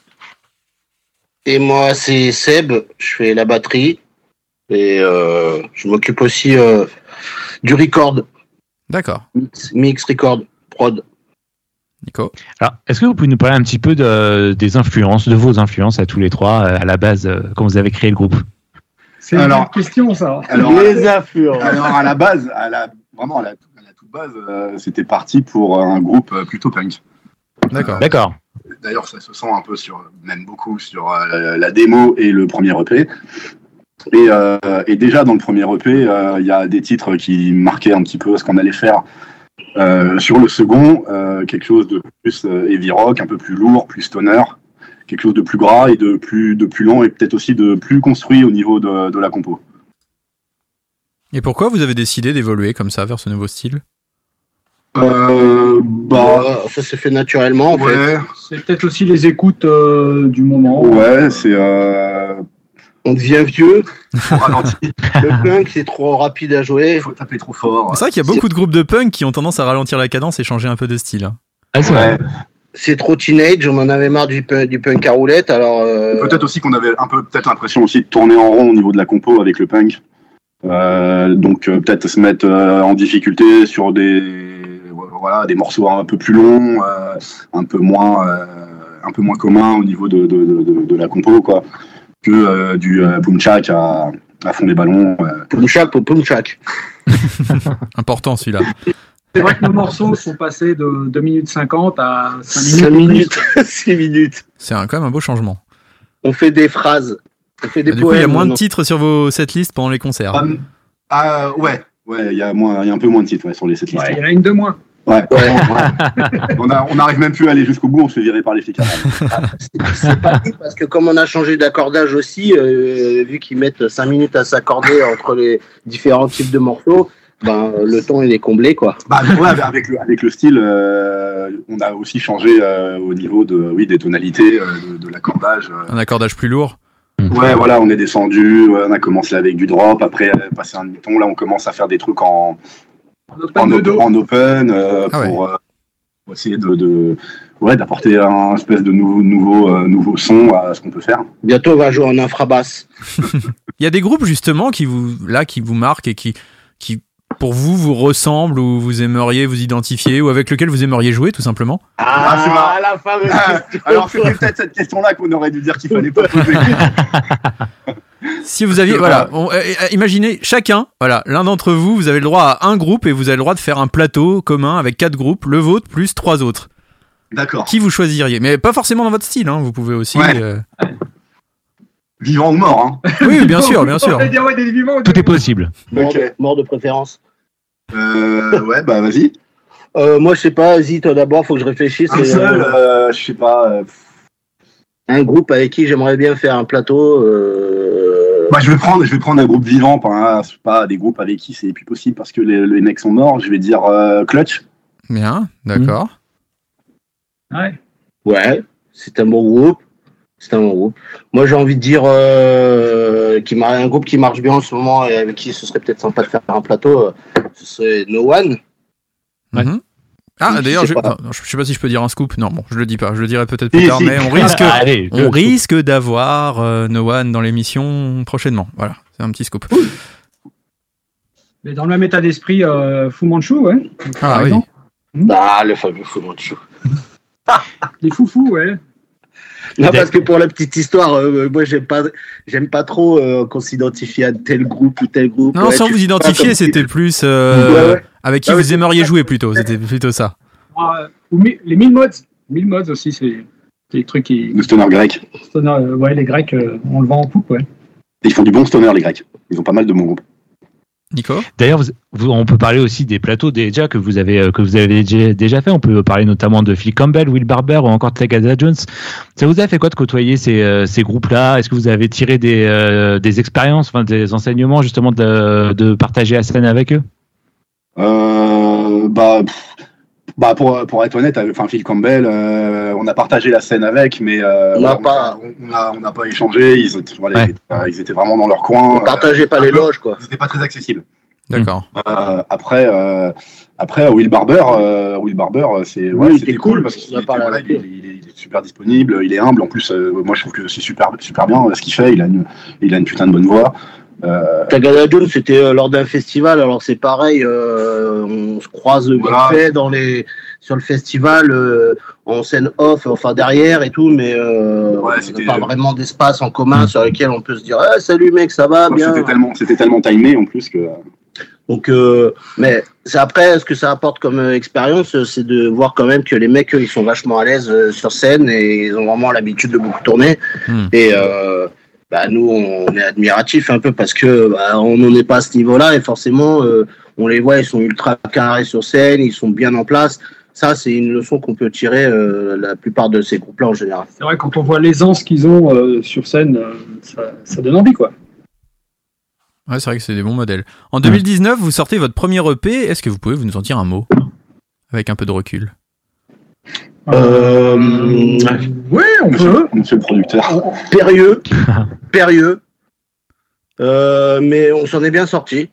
Et moi, c'est Seb, je fais la batterie. Et euh, je m'occupe aussi euh, du record. D'accord. Mix, mix, record, prod. Nico. Alors, est-ce que vous pouvez nous parler un petit peu de, des influences, de vos influences à tous les trois, à la base, quand vous avez créé le groupe ? C'est une bonne question, ça. Alors, les influences. Alors, à la base, à la, vraiment, à la, à la toute base, euh, c'était parti pour un groupe plutôt punk. D'accord. Euh, D'accord. D'ailleurs, ça se sent un peu sur, même beaucoup sur euh, la, la démo et le premier E P. Et, euh, et déjà, dans le premier E P, il euh, y a des titres qui marquaient un petit peu ce qu'on allait faire. Euh, sur le second, euh, quelque chose de plus euh, heavy rock, un peu plus lourd, plus stoner, quelque chose de plus gras et de plus, de plus long et peut-être aussi de plus construit au niveau de, de la compo. Et pourquoi vous avez décidé d'évoluer comme ça vers ce nouveau style ? euh, bah, Ça s'est fait naturellement, en ouais, fait. C'est peut-être aussi les écoutes euh, du moment. Ouais, c'est... Euh... On devient vieux. Faut ralentir. Le punk, c'est trop rapide à jouer. Il faut taper trop fort. C'est vrai qu'il y a beaucoup de groupes de punk qui ont tendance à ralentir la cadence et changer un peu de style. hein. Ah, c'est vrai. Ouais. C'est trop teenage, on en avait marre du punk, du punk à roulette, alors... Euh... Peut-être aussi qu'on avait un peu peut-être l'impression aussi de tourner en rond au niveau de la compo avec le punk. Euh, donc euh, peut-être se mettre euh, en difficulté sur des voilà des morceaux un peu plus longs, euh, un peu moins euh, un peu moins communs au niveau de, de, de, de la compo quoi, que euh, du euh, boom chak à, à fond des ballons. Euh. Boom chak pour boom chak. Important celui-là. C'est vrai que nos morceaux sont passés de deux minutes cinquante à cinq cinq minutes. minutes. six minutes. C'est un, quand même un beau changement. On fait des phrases. On fait des Du coup, poèmes. il y a moins de non. titres sur vos setlists pendant les concerts. Ah, ah, ouais, ouais, il y a moins, il y a un peu moins de titres ouais, sur les setlists. Ouais, il y en a une de moins. Ouais. ouais. ouais. on a, on n'arrive même plus à aller jusqu'au bout, on se fait virer par les flics. C'est, c'est pas dit parce que comme on a changé d'accordage aussi, euh, vu qu'ils mettent cinq minutes à s'accorder entre les différents types de morceaux, ben le temps il est comblé quoi. Bah ouais, avec le avec le style, euh, on a aussi changé euh, au niveau de oui des tonalités, euh, de, de l'accordage. Euh. Un accordage plus lourd. Ouais, voilà, on est descendu, ouais, on a commencé avec du drop, après euh, passer un demi-ton, là on commence à faire des trucs en Open en, de op- dos. en open euh, Ah ouais. pour, euh, pour essayer de, de ouais d'apporter un espèce de nouveau nouveau euh, nouveau son à ce qu'on peut faire. Bientôt on va jouer en infrabasse. Il y a des groupes justement qui vous là qui vous marquent et qui qui pour vous vous ressemblent ou vous aimeriez vous identifier ou avec lequel vous aimeriez jouer tout simplement. Ah, c'est marrant. la fameuse Ah, question. alors c'était peut-être cette question-là qu'on aurait dû dire qu'il fallait pas poser. Si vous aviez voilà, on- euh, euh, imaginez chacun, voilà, l'un d'entre vous, vous avez le droit à un groupe et vous avez le droit de faire un plateau commun avec quatre groupes, le vôtre plus trois autres. D'accord. Qui vous choisiriez ? Mais pas forcément dans votre style, hein, vous pouvez aussi. Ouais. euh, Vivant ou mort, hein. Oui, bien sûr, bien sûr. On va dire, ouais, des vivants ou Tout des- est possible. Mort, Ok. de, mort de préférence. Euh, ouais, bah vas-y. Euh, moi je sais pas, vas-y toi d'abord, faut que je réfléchisse. Un Et, seul, euh, euh, je sais pas. euh, un groupe avec qui j'aimerais bien faire un plateau. Euh... Bah, je vais prendre, je vais prendre un groupe vivant, pas, pas des groupes avec qui c'est plus possible parce que les, les mecs sont morts. Je vais dire euh, Clutch. Bien, d'accord. Ouais. Ouais, c'est un bon groupe. C'est un bon groupe. Moi, j'ai envie de dire euh, qui mar- un groupe qui marche bien en ce moment et avec qui ce serait peut-être sympa de faire un plateau. euh, ce serait No One. Ouais. Mhm. Ah, Je d'ailleurs, sais je, pas. enfin, non, je sais pas si je peux dire un scoop. Non, bon, je le dis pas. Je le dirai peut-être plus Si, tard, si. mais on risque, Ah, allez, on le- risque d'avoir euh, No One dans l'émission prochainement. Voilà, c'est un petit scoop. Mais dans le même état d'esprit, euh, Fu Manchu, ouais. Ah Par oui. exemple. Ah, le fameux Fu Manchu. Les foufous, ouais. Non, parce que pour la petite histoire, euh, moi, j'aime pas, j'aime pas trop euh, qu'on s'identifie à tel groupe ou tel groupe. Non, Ouais, sans tu vous sais pas identifier, comme- c'était plus euh, Ouais, ouais. avec qui Ah ouais, vous c'est aimeriez ça. jouer plutôt. C'était plutôt ça. Ah, ou mi- les mille mods. mille mods aussi, c'est des trucs qui. Le stoner grec. Stoner, euh, ouais, les Grecs, euh, on le vend en poupe, ouais. Ils font du bon stoner, les Grecs. Ils ont pas mal de bons groupes. Nico ? D'ailleurs, vous, vous- on peut parler aussi des plateaux déjà que vous avez euh, que vous avez déjà, déjà fait. On peut parler notamment de Phil Campbell, Will Barber ou encore Tagada Jones. Ça vous a fait quoi de côtoyer ces, euh, ces groupes-là ? Est-ce que vous avez tiré des, euh, des expériences, enfin des enseignements justement de, de partager la scène avec eux ? Euh, bah, pff, bah pour, pour être honnête, enfin Phil Campbell, euh, on a partagé la scène avec, mais euh, On n'a on pas- on a, on n'a pas échangé. Ils étaient, voilà, Ouais. ils, étaient, euh, ils étaient vraiment dans leur coin. On partageait pas Euh, les un peu- loges, quoi. Ils n'étaient pas très accessibles. D'accord. Euh, après, euh, après Will Barber, euh, Will Barber, c'est ouais, Oui, c'était c'est cool cool, parce on qu'il a était, parlé voilà, avec il, lui. est- il est, il est super disponible, il est humble. En plus, euh, moi je trouve que c'est super, super bien euh, ce qu'il fait. Il a une, il a une putain de bonne voix. Euh, Tagada Jones, c'était euh, lors d'un festival. Alors c'est pareil, euh, on se croise vite Voilà. fait dans les sur le festival euh, en scène off, enfin derrière et tout, mais euh, Ouais, on c'était- n'a pas vraiment d'espace en commun sur lequel on peut se dire ah, salut mec, ça va Enfin, bien. C'était tellement, c'était tellement timé en plus que. Donc, euh, mais c'est après, ce que ça apporte comme euh, expérience, euh, c'est de voir quand même que les mecs, eux, ils sont vachement à l'aise euh, sur scène et ils ont vraiment l'habitude de beaucoup tourner. Hmm. Et euh, bah, nous, on est admiratifs un peu parce que bah, on n'en est pas à ce niveau-là et forcément, euh, on les voit, ils sont ultra carrés sur scène, ils sont bien en place. Ça, c'est une leçon qu'on peut tirer euh, la plupart de ces groupes-là en général. C'est vrai, quand on voit l'aisance qu'ils ont euh, sur scène, euh, ça, ça donne envie, quoi. Ouais, c'est vrai que c'est des bons modèles. En deux mille dix-neuf, vous sortez votre premier E P. Est-ce que vous pouvez nous en dire un mot ? Avec un peu de recul. Euh, Oui, on Monsieur, peut. monsieur le producteur. Périlleux, périlleux, euh, mais on s'en est bien sorti.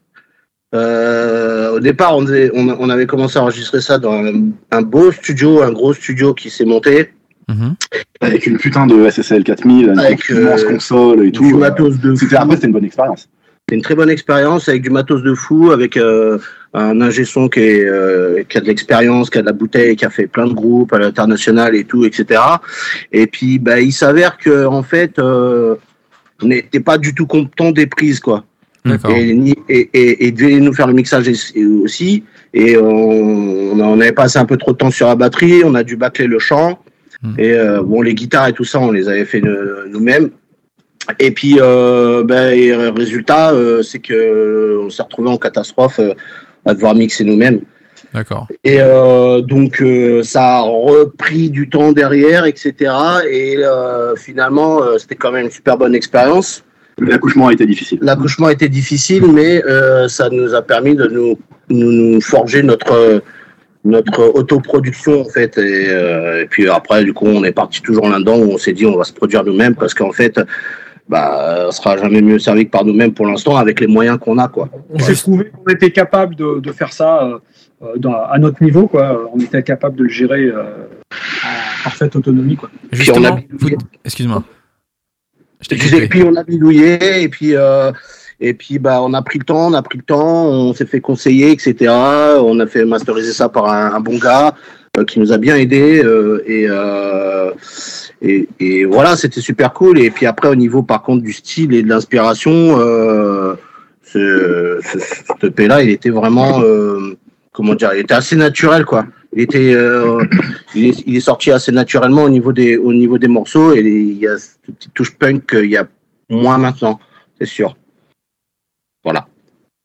Euh, au départ, on, devait- on, on avait commencé à enregistrer ça dans un, un beau studio, un gros studio qui s'est monté Mhm. Avec une putain de S S L quatre mille, une Avec, immense euh, console et du tout. matos de C'était fou. après, c'était une bonne expérience. C'est une très bonne expérience avec du matos de fou, avec euh, un ingé son qui, est, euh, qui a de l'expérience, qui a de la bouteille, qui a fait plein de groupes à l'international et tout, et cetera. Et puis, bah, il s'avère que en fait, euh, on n'était pas du tout content des prises, quoi. D'accord. Et, ni- et, et, et devait nous faire le mixage et- et aussi. Et on, on avait passé un peu trop de temps sur la batterie, on a dû bâcler le chant. Mm. Et euh, bon, les guitares et tout ça, on les avait fait euh, nous-mêmes. Et puis, euh, ben, et, euh, résultat, euh, c'est que on s'est retrouvé en catastrophe euh, à devoir mixer nous-mêmes. D'accord. Et euh, donc, euh, ça a repris du temps derrière, et cetera. Et euh, finalement, euh, c'était quand même une super bonne expérience. L'accouchement a été difficile. L'accouchement a été difficile, mais euh, ça nous a permis de nous, nous, nous forger notre, notre autoproduction, en fait. Et, euh, et puis après, du coup, on est parti toujours là-dedans où on s'est dit on va se produire nous-mêmes parce qu'en fait, bah, on sera jamais mieux servi que par nous-mêmes pour l'instant avec les moyens qu'on a, quoi. On s'est trouvé qu'on était capable de, de faire ça euh, euh, dans- à notre niveau, quoi. On était capable de le gérer euh, en parfaite autonomie, quoi. Puis on a Justement, vous- excuse-moi. Je t'ai Je disais, coupé. puis on a bidouillé et puis euh, et puis bah on a pris le temps, on a pris le temps, on s'est fait conseiller, et cetera. On a fait masteriser ça par un, un bon gars euh, qui nous a bien aidé euh, et, euh, et et voilà, c'était super cool. Et puis après au niveau par contre du style et de l'inspiration, euh, ce, ce, ce E P là, il était vraiment euh, comment dire, il était assez naturel, quoi. Il était, euh, il, est, il est sorti assez naturellement au niveau des, au niveau des morceaux et il y a cette petite touche punk qu'il y a moins maintenant, c'est sûr. Voilà. Nico ?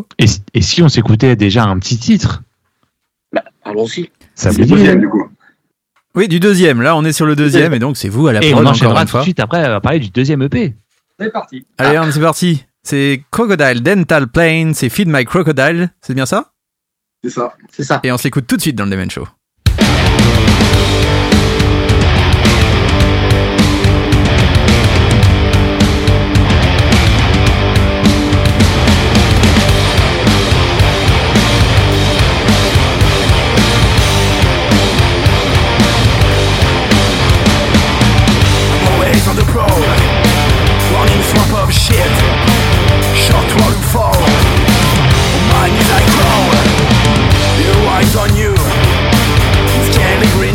Et, si- et si on s'écoutait déjà un petit titre, Bah, allons-y. ça C'est vous le dit, deuxième, hein du coup. Oui, du deuxième. Là, on est sur le deuxième et donc c'est vous à la Et prod on encore enchaînera une tout de fois. suite après à parler du deuxième E P. C'est parti. Allez, c'est parti. C'est Crocodile Dental Plane, c'est Feed My Crocodile. C'est bien ça ? C'est ça. C'est ça. Et on se l'écoute tout de suite dans le Demen Show. Always on the road, running swamp of shit. Short while you fall. Mine is I grow. Your eyes on you. Scaly green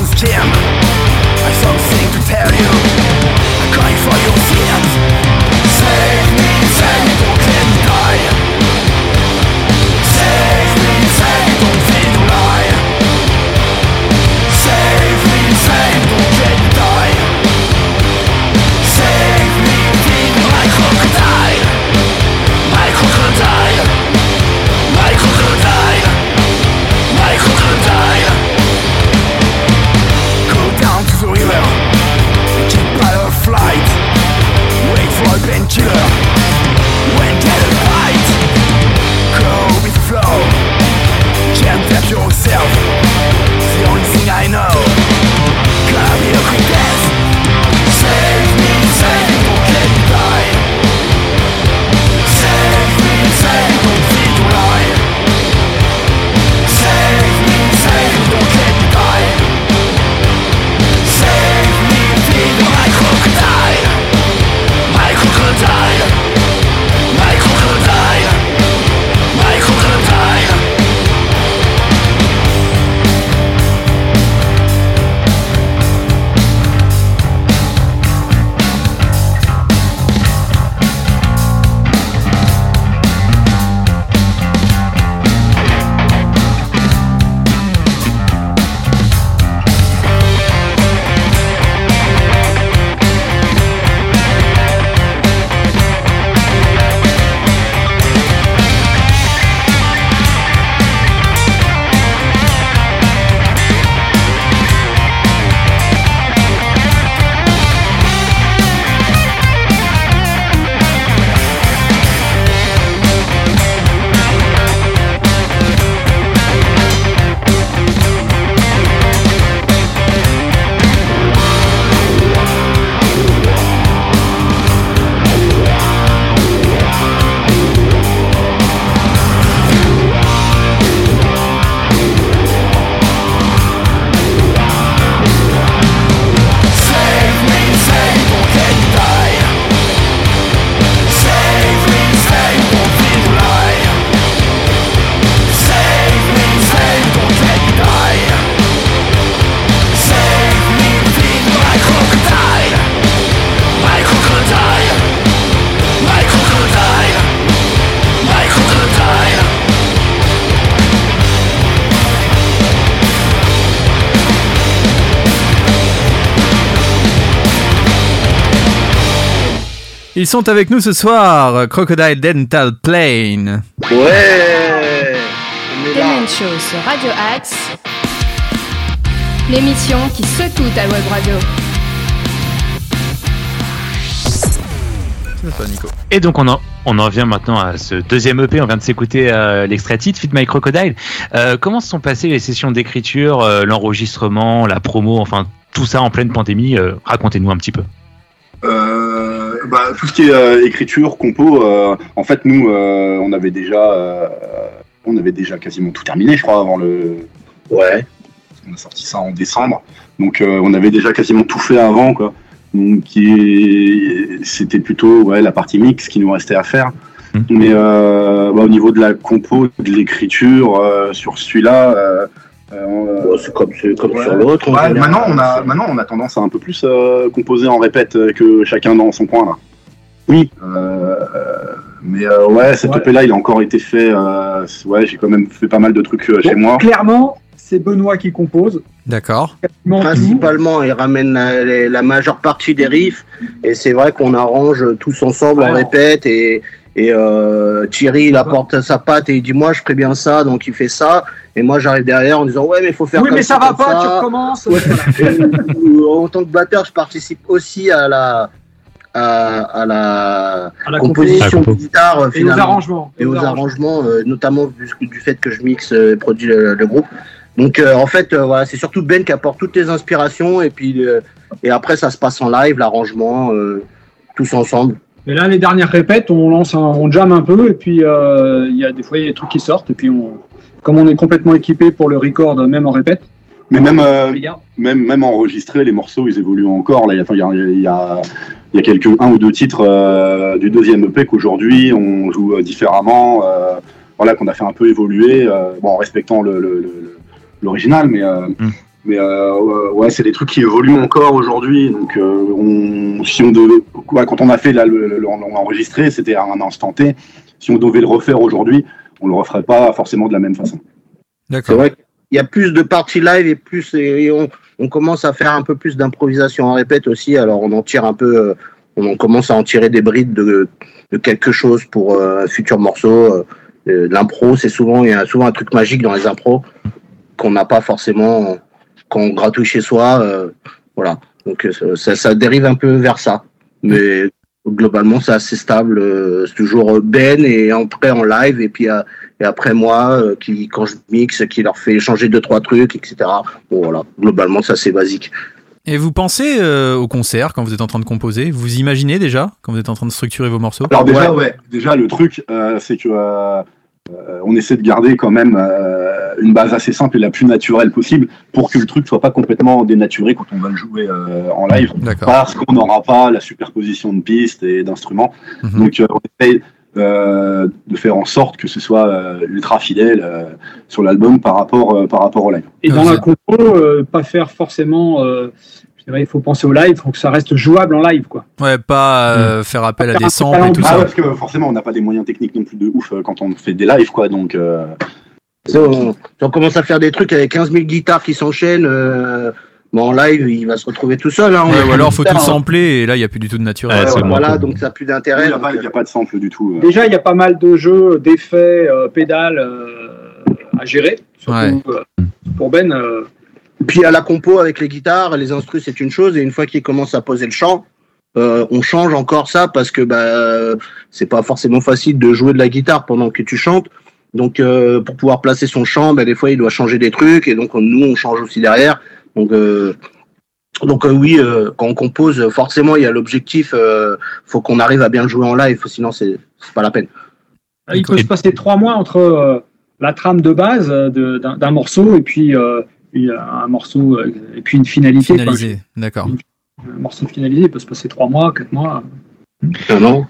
Ils sont avec nous ce soir, Crocodile Dental Plane. Ouais. Demen Show sur Radio Axe, l'émission qui secoue ta web radio. Et donc on en, on en vient maintenant à ce deuxième E P, on vient de s'écouter euh, l'extrait titre Feed My Crocodile. Euh, comment se sont passées les sessions d'écriture, euh, l'enregistrement, la promo, enfin tout ça en pleine pandémie, euh, racontez-nous un petit peu. Euh, bah, tout ce qui est euh, écriture, compo, euh, en fait nous euh, on avait déjà euh, on avait déjà quasiment tout terminé je crois avant le... Ouais. On a sorti ça en décembre, donc euh, on avait déjà quasiment tout fait avant quoi. Donc, qui est... c'était plutôt ouais, la partie mix qui nous restait à faire. Mmh. Mais euh, bah, au niveau de la compo, de l'écriture, euh, sur celui-là, euh, euh, ouais, c'est comme, c'est comme ouais. sur l'autre. Ouais, maintenant, on a, maintenant, on a tendance à un peu plus euh, composer en répète que chacun dans son coin. Là. Oui. Euh, mais euh, ouais, cette ouais. E P-là, il a encore été fait. Euh, ouais, j'ai quand même fait pas mal de trucs euh, chez bon, moi. Clairement, c'est Benoît qui compose. D'accord. Principalement, il ramène la, la, la majeure partie des riffs et c'est vrai qu'on arrange tous ensemble, ouais. On répète et, et euh, Thierry il apporte sa patte et il dit moi je ferais bien ça, donc il fait ça et moi j'arrive derrière en disant ouais mais il faut faire oui, comme mais ça, ça va pas, ça. Tu recommences. Ouais. et, en tant que batteur, je participe aussi à la à, à la, à la composition de guitare et aux arrangements et aux arrangements, euh, notamment du, du fait que je mixe et produis le, le groupe. Donc euh, en fait euh, voilà, c'est surtout Ben qui apporte toutes les inspirations et puis euh, et après ça se passe en live, l'arrangement, euh, tous ensemble. Mais là les dernières répètes, on lance, un, on jamme un peu et puis il euh, y a des fois il y a des trucs qui sortent et puis on, comme on est complètement équipé pour le record même en répète. Mais même euh, même même enregistré, les morceaux ils évoluent encore. Là il y a il y a il y a, il y a quelques un ou deux titres euh, du deuxième E P qu'aujourd'hui on joue euh, différemment. Euh, voilà qu'on a fait un peu évoluer, euh, bon en respectant le, le, le l'original, mais euh, mm. mais euh, ouais, c'est des trucs qui évoluent encore aujourd'hui. Donc, euh, on, si on devait, ouais, quand on a fait là, le, le, on l'a enregistré, c'était à un instant T. Si on devait le refaire aujourd'hui, on le referait pas forcément de la même façon. D'accord. C'est vrai qu'il y a plus de parties live et plus, et on, on commence à faire un peu plus d'improvisation en répète aussi. Alors, on en tire un peu, on commence à en tirer des brides de, de quelque chose pour euh, un futur morceau. Euh, l'impro, c'est souvent, il y a souvent un truc magique dans les impros qu'on n'a pas forcément quand on gratouille chez soi, euh, voilà. Donc ça, ça dérive un peu vers ça, mais globalement c'est assez stable. Euh, c'est toujours Ben et après en live et puis euh, et après moi euh, qui quand je mixe, qui leur fait changer deux trois trucs, et cetera. Bon voilà, globalement ça c'est basique. Et vous pensez euh, au concert quand vous êtes en train de composer? Vous imaginez déjà quand vous êtes en train de structurer vos morceaux? Alors déjà ouais, ouais déjà le truc euh, c'est que euh, Euh, on essaie de garder quand même euh, une base assez simple et la plus naturelle possible pour que le truc soit pas complètement dénaturé quand on va le jouer euh, en live. D'accord. Parce qu'on n'aura pas la superposition de pistes et d'instruments. Mm-hmm. Donc euh, on essaie euh, de faire en sorte que ce soit euh, ultra fidèle euh, sur l'album par rapport, euh, par rapport au live. Et dans la compo, euh, pas faire forcément... Euh... Il faut penser au live, il faut que ça reste jouable en live, quoi. Ouais, pas euh, mmh. faire appel à des samples et tout ah, ça. Ouais, parce que forcément, on n'a pas des moyens techniques non plus de ouf quand on fait des lives, quoi. Donc, euh... on, on commence à faire des trucs avec quinze mille guitares qui s'enchaînent. Euh, bon, en live, il va se retrouver tout seul. Hein, ouais, ou alors, il faut tout sampler et là, il n'y a plus du tout de naturel. Ouais, ouais, voilà, donc ça n'a plus d'intérêt. Il n'y a, a pas de sample du tout. Euh. Déjà, il y a pas mal de jeux, d'effets, euh, pédales euh, à gérer. Surtout ouais. euh, pour Ben. Euh, Puis à la compo avec les guitares, les instrus c'est une chose et une fois qu'ils commencent à poser le chant, euh, on change encore ça parce que bah c'est pas forcément facile de jouer de la guitare pendant que tu chantes. Donc euh, pour pouvoir placer son chant, bah, des fois il doit changer des trucs et donc nous on change aussi derrière. Donc euh, donc euh, oui, euh, quand on compose, forcément il y a l'objectif, euh, faut qu'on arrive à bien le jouer en live, sinon c'est c'est pas la peine. Il peut se passer trois mois entre euh, la trame de base de, d'un, d'un morceau et puis euh, un morceau euh, et puis une finalité. Finalisé, enfin, d'accord. Un morceau finalisé peut se passer trois mois, quatre mois. Ah non.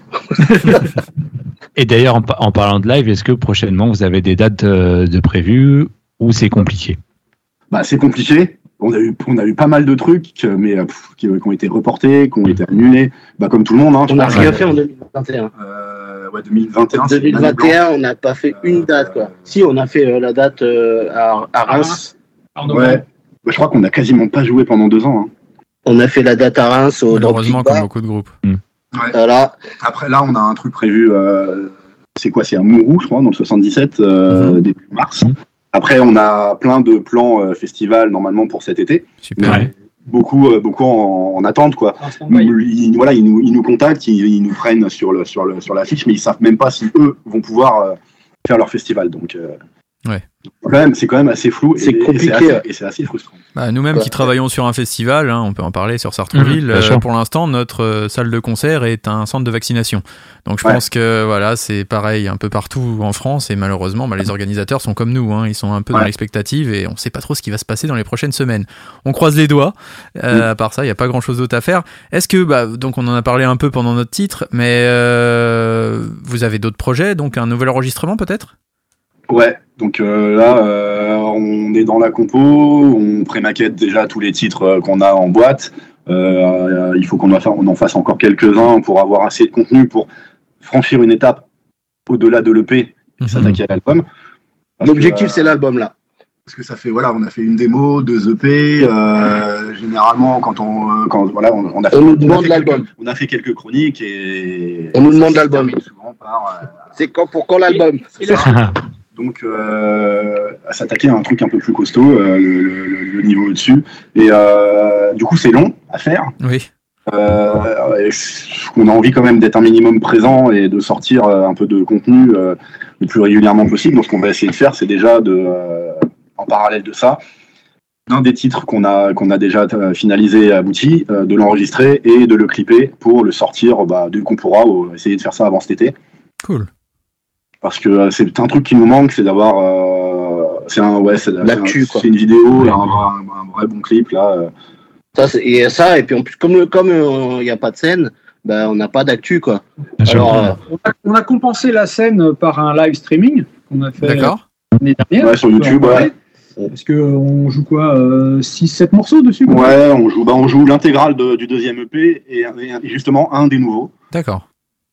Et d'ailleurs, en, en parlant de live, est-ce que prochainement vous avez des dates de, de prévues ou c'est compliqué? Bah, c'est compliqué. On a eu, on a eu pas mal de trucs, mais pff, qui, qui ont été reportés, qui ont été annulés. Bah, comme tout le monde. Hein, on n'a rien fait en deux mille vingt et un. Euh, ouais, deux mille vingt et un. deux mille vingt et un, on n'a pas fait une date, quoi. Euh, si, on a fait euh, la date euh, à, à Reims. Ouais. Bah, je crois qu'on n'a quasiment pas joué pendant deux ans. Hein. On a fait la date à Reims au malheureusement comme beaucoup de groupes. Mmh. Ouais. Voilà. Après, là, on a un truc prévu. Euh, c'est quoi? C'est à Mourou, je crois, dans le soixante-dix-sept, euh, mmh. début mars. Après, on a plein de plans euh, festival normalement pour cet été. Super. Mais beaucoup, euh, beaucoup en, en attente, quoi. Ils, ils, voilà, ils nous, ils nous contactent, ils, ils nous prennent sur le, sur le, sur l'affiche, mais ils savent même pas si eux vont pouvoir euh, faire leur festival. Donc, euh, ouais. Quand même, c'est quand même assez flou. C'est et, compliqué. Et c'est assez, et c'est assez frustrant. Bah, nous-mêmes Ouais. qui travaillons sur un festival, hein, on peut en parler sur Sartreville, Mmh, euh, pour l'instant, notre euh, salle de concert est un centre de vaccination. Donc je Ouais. pense que voilà, c'est pareil un peu partout en France et malheureusement, bah, les organisateurs sont comme nous, hein, ils sont un peu Ouais. dans l'expectative et on sait pas trop ce qui va se passer dans les prochaines semaines. On croise les doigts. Euh, Mmh. À part ça, il y a pas grand-chose d'autre à faire. Est-ce que, bah, donc on en a parlé un peu pendant notre titre, mais euh, vous avez d'autres projets, donc un nouvel enregistrement peut-être? Ouais, donc euh, là, euh, on est dans la compo, on pré-maquette déjà tous les titres euh, qu'on a en boîte. Euh, il faut qu'on en fa- on en fasse encore quelques-uns pour avoir assez de contenu pour franchir une étape au-delà de l'E P et Mhm. s'attaquer à l'album. Parce L'objectif, que, euh, c'est l'album, là. Parce que ça fait, voilà, on a fait une démo, deux E P. Euh, généralement, quand on, euh, quand, voilà, on, on a fait, On nous on a demande fait l'album. quelques- on a fait quelques chroniques et. On nous demande ça l'album. se termine souvent par, euh, C'est quand, pour quand l'album? Donc, euh, à s'attaquer à un truc un peu plus costaud, euh, le, le- le niveau au-dessus. Et euh, du coup, c'est long à faire. Oui. Euh, et on a envie quand même d'être un minimum présent et de sortir euh, un peu de contenu euh, le plus régulièrement possible. Donc, ce qu'on va essayer de faire, c'est déjà de, euh, en parallèle de ça, un des titres qu'on a qu'on a déjà euh, finalisé et abouti, euh, de l'enregistrer et de le clipper pour le sortir bah, dès qu'on pourra. On va essayer de faire ça avant cet été. Cool. Parce que euh, c'est un truc qui nous manque, c'est d'avoir, euh, c'est un, ouais, c'est, L'actu, c'est, un- quoi. c'est une vidéo, un, un- un vrai bon clip là. euh. Ça, c'est, et ça, et puis en plus, comme il comme, il n'y a pas de scène, ben, on n'a pas d'actu, quoi. Bien sûr. Alors, euh, On a, on a compensé la scène par un live streaming qu'on a fait D'accord. l'année dernière. Ouais, sur YouTube, ouais. Parce qu'on joue quoi euh, six sept morceaux dessus quoi. Ouais, on joue, bah, on joue l'intégrale de- du deuxième E P et, et justement un des nouveaux. D'accord.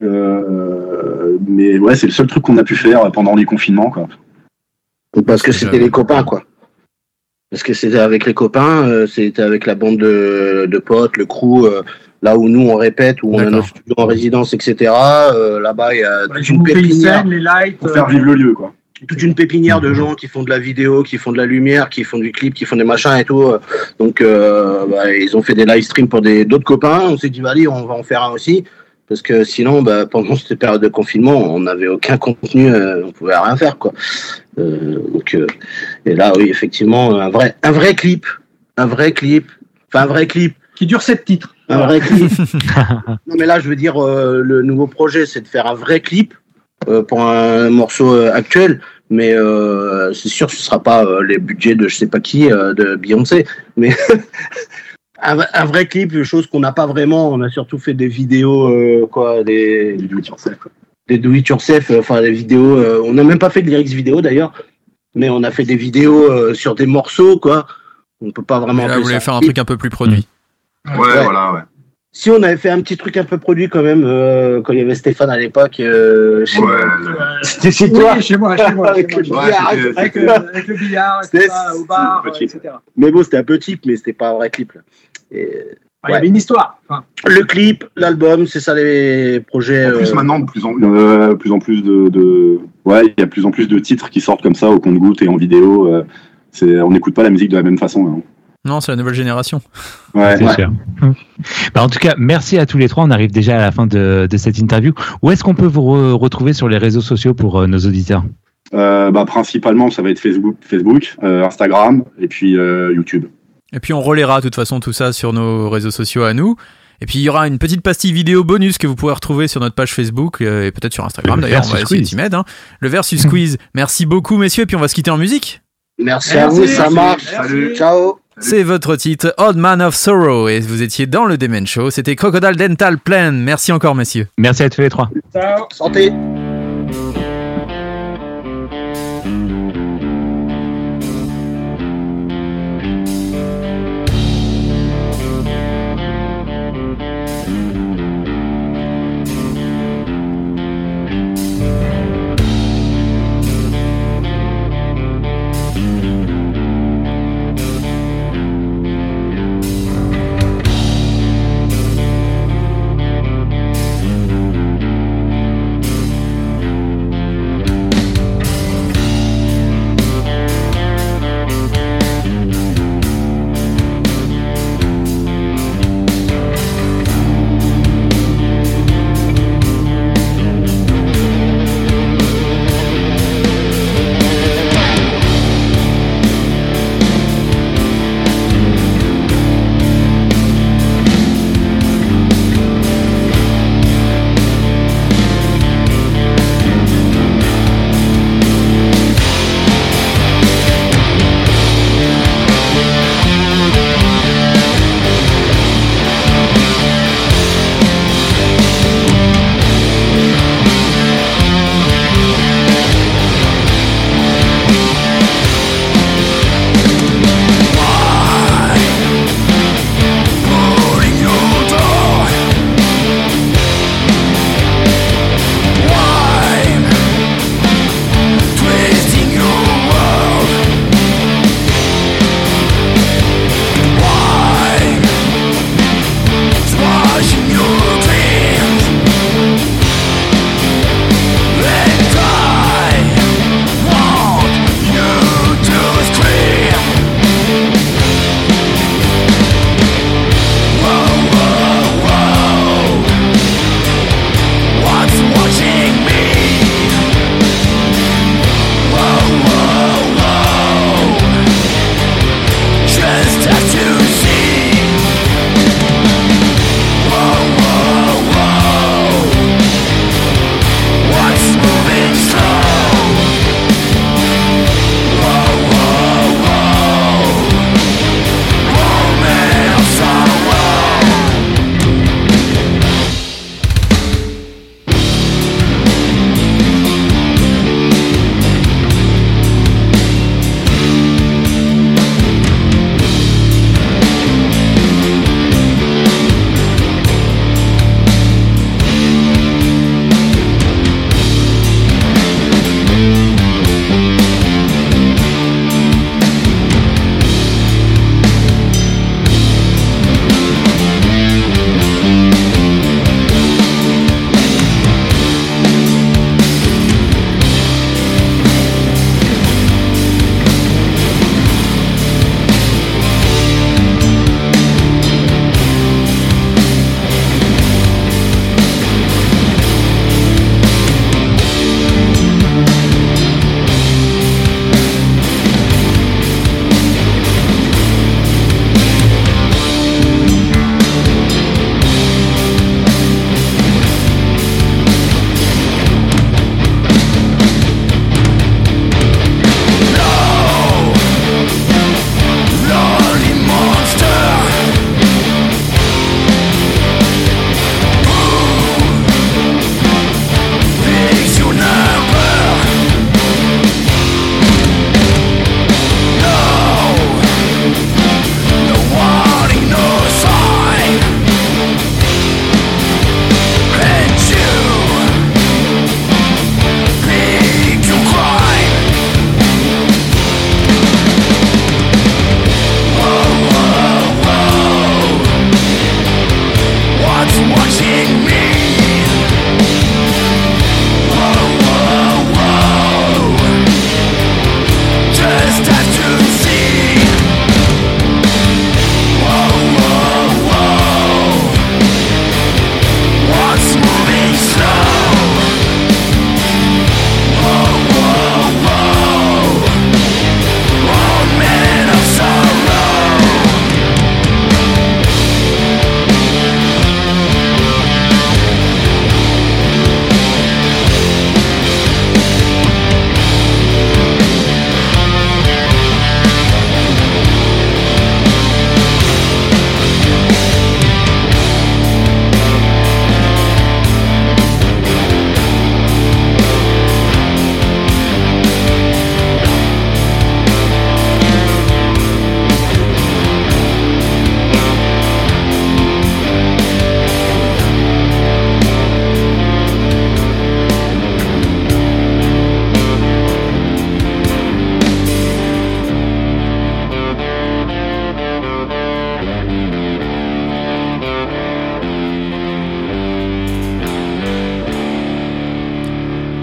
Euh, mais ouais, c'est le seul truc qu'on a pu faire pendant les confinements, quoi. parce que c'était les copains, quoi. Parce que c'était avec les copains, euh, c'était avec la bande de, de potes, le crew, euh, là où nous on répète, où on a D'accord. nos studios en résidence, et cetera. Euh, là-bas, il y a Ouais, toute ils une ont fait une pépinière, scène, les lights. Pour faire euh, vivre le lieu, quoi. toute une pépinière de gens qui font de la vidéo, qui font de la lumière, qui font du clip, qui font des machins et tout. Donc, euh, bah, ils ont fait des live streams pour des d'autres copains. On s'est dit, bah, allez, on va en faire un aussi. Parce que sinon, bah, pendant cette période de confinement, on n'avait aucun contenu, euh, on pouvait rien faire, quoi. Euh, donc, euh, et là, oui, effectivement, un vrai, un vrai clip, un vrai clip, enfin un vrai clip, qui dure sept titres. un vrai clip. Non, mais là, je veux dire, euh, le nouveau projet, c'est de faire un vrai clip euh, pour un morceau euh, actuel. Mais euh, c'est sûr, ce sera pas euh, les budgets de je sais pas qui, euh, de Beyoncé, mais un, un vrai clip, chose qu'on n'a pas vraiment. On a surtout fait des vidéos, euh, quoi, des Du do it yourself, quoi. des do it yourself, euh, enfin des vidéos. euh, on n'a même pas fait de lyrics vidéo d'ailleurs, mais on a fait des vidéos euh, sur des morceaux, quoi. On peut pas vraiment. Et là, appeler vous voulez ça faire un clip. truc un peu plus produit. Ouais, Ouais. voilà, ouais. Si on avait fait un petit truc un peu produit quand même, euh, quand il y avait Stéphane à l'époque, euh, chez- Ouais, c'était chez Oui, toi. chez moi, chez moi. Avec chez le moi. Ouais, billard, c'était- Avec, euh, avec le billard, et tout C'était- ça, au bar, c'était un peu euh, et cetera. Mais bon, c'était un peu cheap, mais c'était pas un vrai clip. Là. Et Ah, il y Ouais. avait une histoire. Enfin, le clip, l'album, c'est ça les projets. En plus, euh, maintenant, de plus en, euh, plus, en plus de, de- ouais, il y a de plus en plus de titres qui sortent comme ça au compte-gouttes et en vidéo. euh, c'est, on n'écoute pas la musique de la même façon. Hein. Non, c'est la nouvelle génération. Ouais. C'est Ouais. sûr. Bah, en tout cas, merci à tous les trois. On arrive déjà à la fin de, de cette interview. Où est-ce qu'on peut vous re- retrouver sur les réseaux sociaux pour euh, nos auditeurs? Euh, bah, principalement, ça va être Facebook, Facebook euh, Instagram et puis euh, YouTube. Et puis on relaiera de toute façon tout ça sur nos réseaux sociaux à nous. Et puis il y aura une petite pastille vidéo bonus que vous pourrez retrouver sur notre page Facebook euh, et peut-être sur Instagram Le d'ailleurs. On va versus essayer quiz. d'y mettre. Hein. Le versus quiz. Merci beaucoup messieurs. Et puis on va se quitter en musique. Merci, à Merci, vous, ça merci, marche. merci. Ciao. C'est votre titre Odd Man of Sorrow et vous étiez dans le Demen Show. C'était Crocodile Dental Plan. Merci encore messieurs. Merci à tous les trois. ciao. Santé.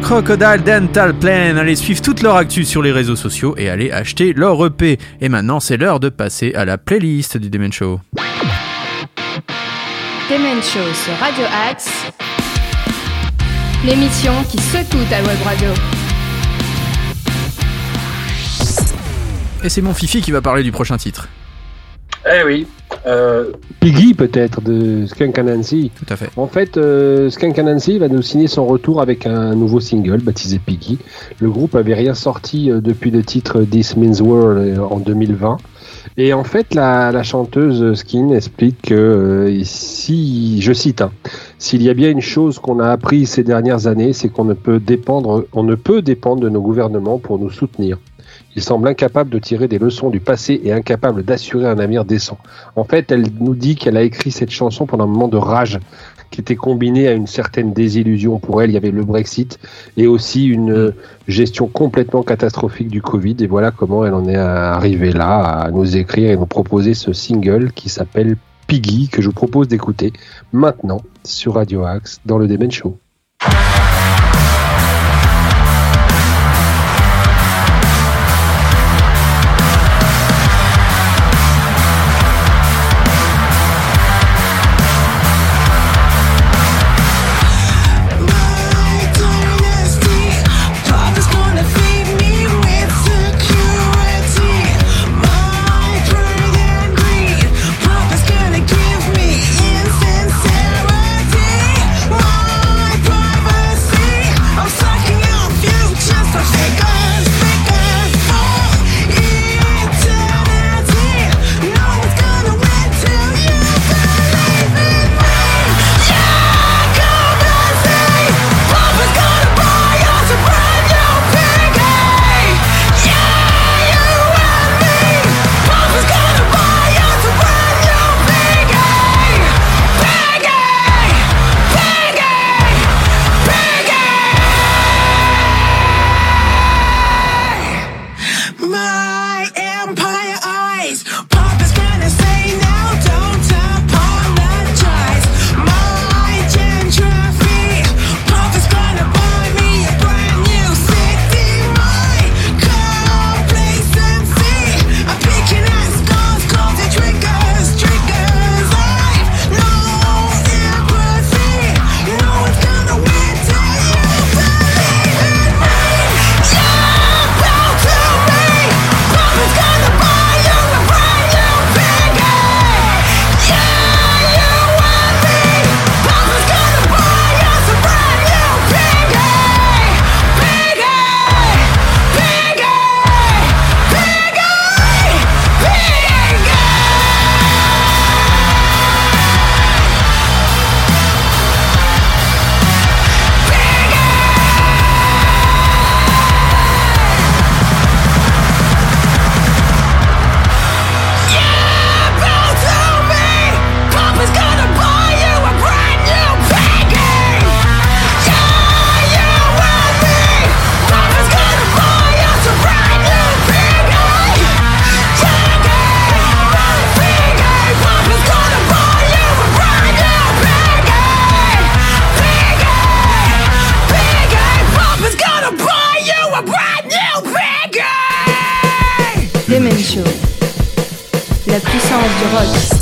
Crocodile Dental Plan. Allez suivre toute leur actu sur les réseaux sociaux et allez acheter leur E P. Et maintenant, c'est l'heure de passer à la playlist du Demen Show. Demen Show sur Radio Axe, l'émission qui secoue ta web radio. Et c'est mon Fifi qui va parler du prochain titre. Eh oui, euh, Piggy peut-être de Skunk Anansi. Tout à fait. En fait, euh, Skunk Anansi va nous signer son retour avec un nouveau single baptisé Piggy. Le groupe avait rien sorti euh, depuis le titre This Means World euh, en deux mille vingt. Et en fait, la, la chanteuse Skin explique que euh, si, je cite, hein, s'il y a bien une chose qu'on a appris ces dernières années, c'est qu'on ne peut dépendre, on ne peut dépendre de nos gouvernements pour nous soutenir. Il semble incapable de tirer des leçons du passé et incapable d'assurer un avenir décent. En fait, elle nous dit qu'elle a écrit cette chanson pendant un moment de rage qui était combiné à une certaine désillusion pour elle. Il y avait le Brexit et aussi une gestion complètement catastrophique du Covid. Et voilà comment elle en est arrivée là, à nous écrire et nous proposer ce single qui s'appelle Piggy, que je vous propose d'écouter maintenant sur Radio Axe dans le Demen Show. Demen Show, la puissance du rock.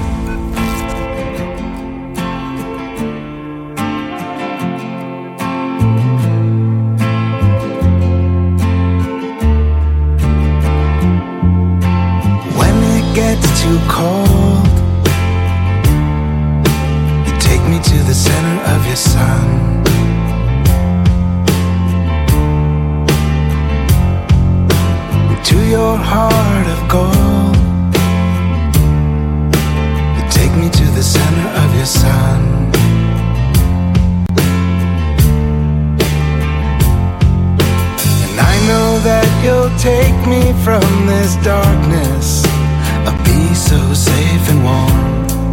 Too cold, you take me to the center of your sun. To your heart of gold, you take me to the center of your sun. And I know that you'll take me from this darkness, a peace so safe and warm.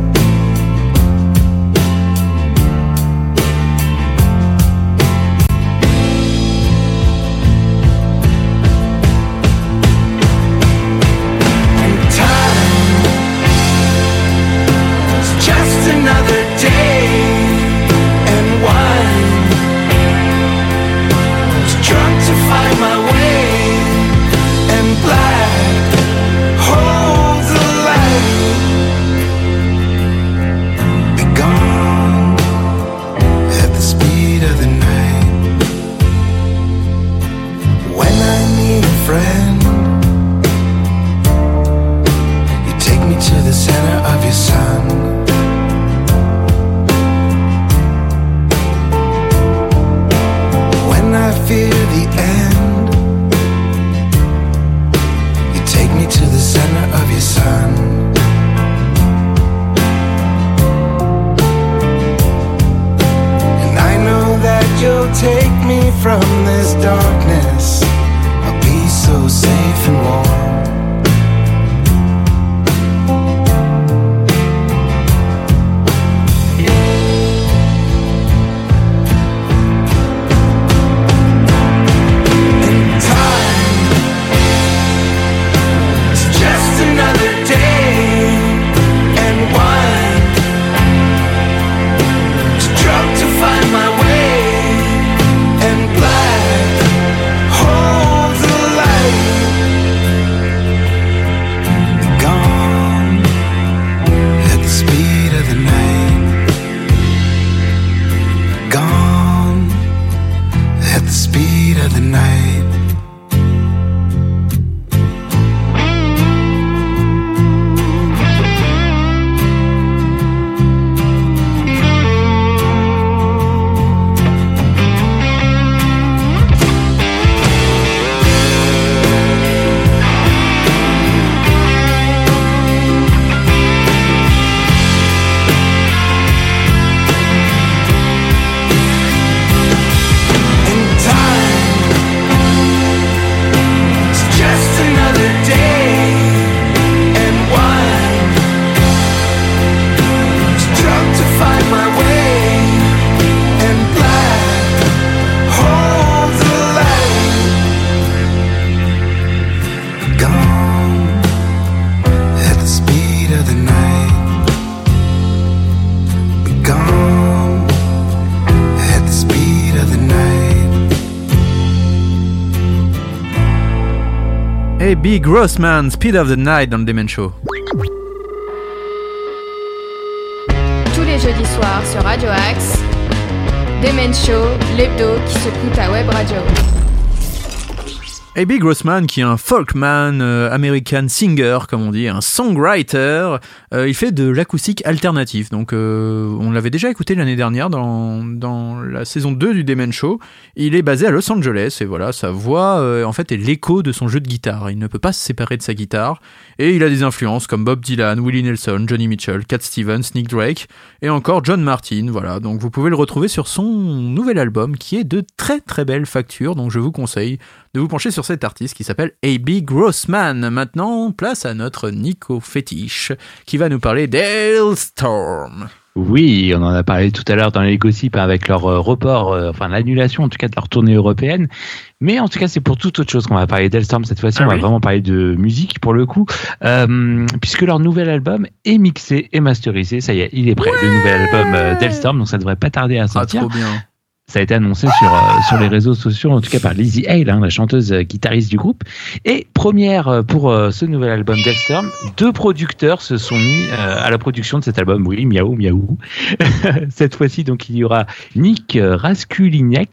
And time is just another day, and wine darkness, I'll be so safe and warm. A B Grossman, Speed of the Night dans le Demen Show. Tous les jeudis soirs sur Radio Axe, Demen Show, l'hebdo qui s'écoute à Web Radio. A B Grossman, qui est un folkman, euh, American singer, comme on dit, un songwriter, euh, il fait de l'acoustique alternative. Donc, euh, on l'avait déjà écouté l'année dernière dans, dans la saison deux du Demen Show. Il est basé à Los Angeles, et voilà, sa voix, euh, en fait, est l'écho de son jeu de guitare. Il ne peut pas se séparer de sa guitare. Et il a des influences comme Bob Dylan, Willie Nelson, Johnny Mitchell, Cat Stevens, Nick Drake, et encore John Martin. Voilà, donc vous pouvez le retrouver sur son nouvel album, qui est de très très belle facture. Donc, je vous conseille de vous pencher sur cet artiste qui s'appelle A B Grossman. Maintenant, place à notre Nico Fétiche qui va nous parler d'Halestorm. Oui, on en a parlé tout à l'heure dans les gossips avec leur euh, report, euh, enfin l'annulation en tout cas de leur tournée européenne. Mais en tout cas, c'est pour toute autre chose qu'on va parler d'Halestorm cette fois-ci. Ah on oui. va vraiment parler de musique pour le coup, euh, puisque leur nouvel album est mixé et masterisé. Ça y est, il est prêt. Ouais le nouvel album euh, d'Halestorm, donc ça devrait pas tarder à sortir. Ah, trop bien. Ça a été annoncé sur euh, sur les réseaux sociaux, en tout cas par Lizzie Hale, hein, la chanteuse euh, guitariste du groupe. Et première euh, pour euh, ce nouvel album d'Halestorm, deux producteurs se sont mis euh, à la production de cet album. Oui, miaou, miaou. Cette fois-ci, donc, il y aura Nick Raskulinecz.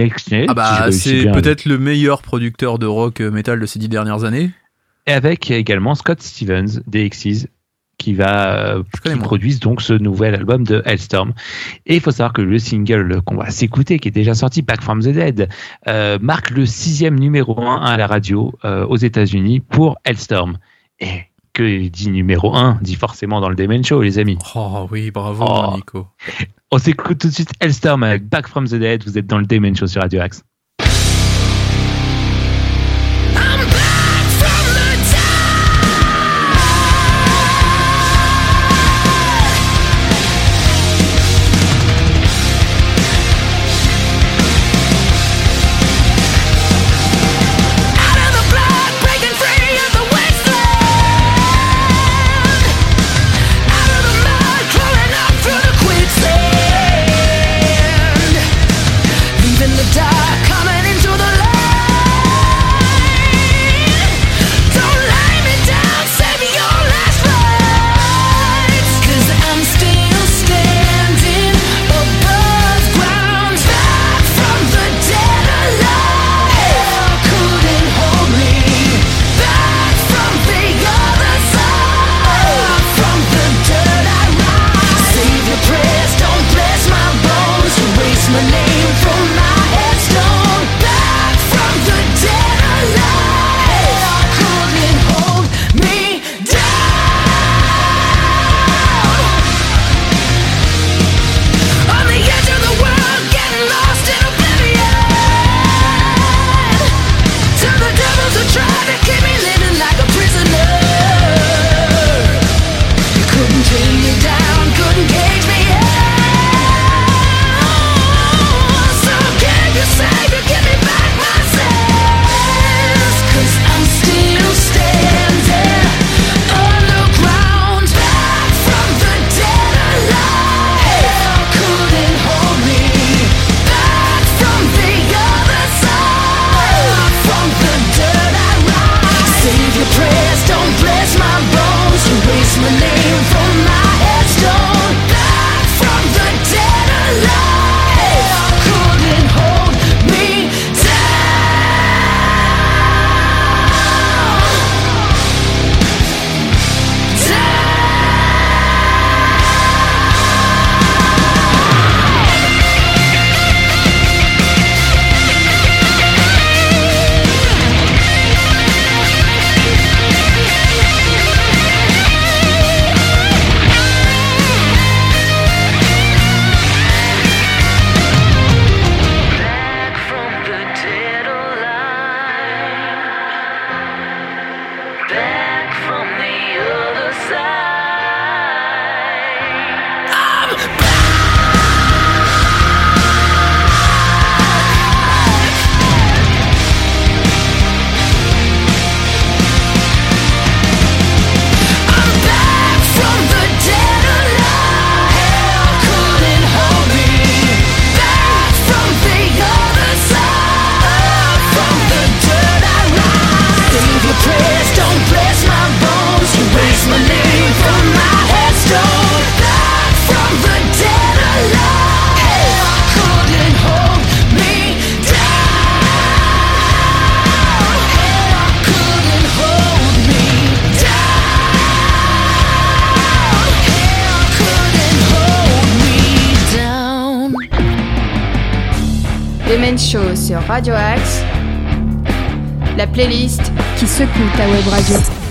Ah bah, si c'est peut-être le meilleur producteur de rock metal de ces dix dernières années. Et avec également Scott Stevens des Xyz, qui va qui produisent donc ce nouvel album de Halestorm. Et il faut savoir que le single qu'on va s'écouter, qui est déjà sorti, Back from the Dead, euh, marque le sixième numéro un à la radio euh, aux États-Unis pour Halestorm. Et que dit numéro un dit forcément dans le Demen Show, les amis. Oh oui, bravo oh. Nico. On s'écoute tout de suite Halestorm avec Back from the Dead. Vous êtes dans le Demen Show sur Radio Axe. Dark Demen Show sur Radio Axe, la playlist qui secoue ta web radio.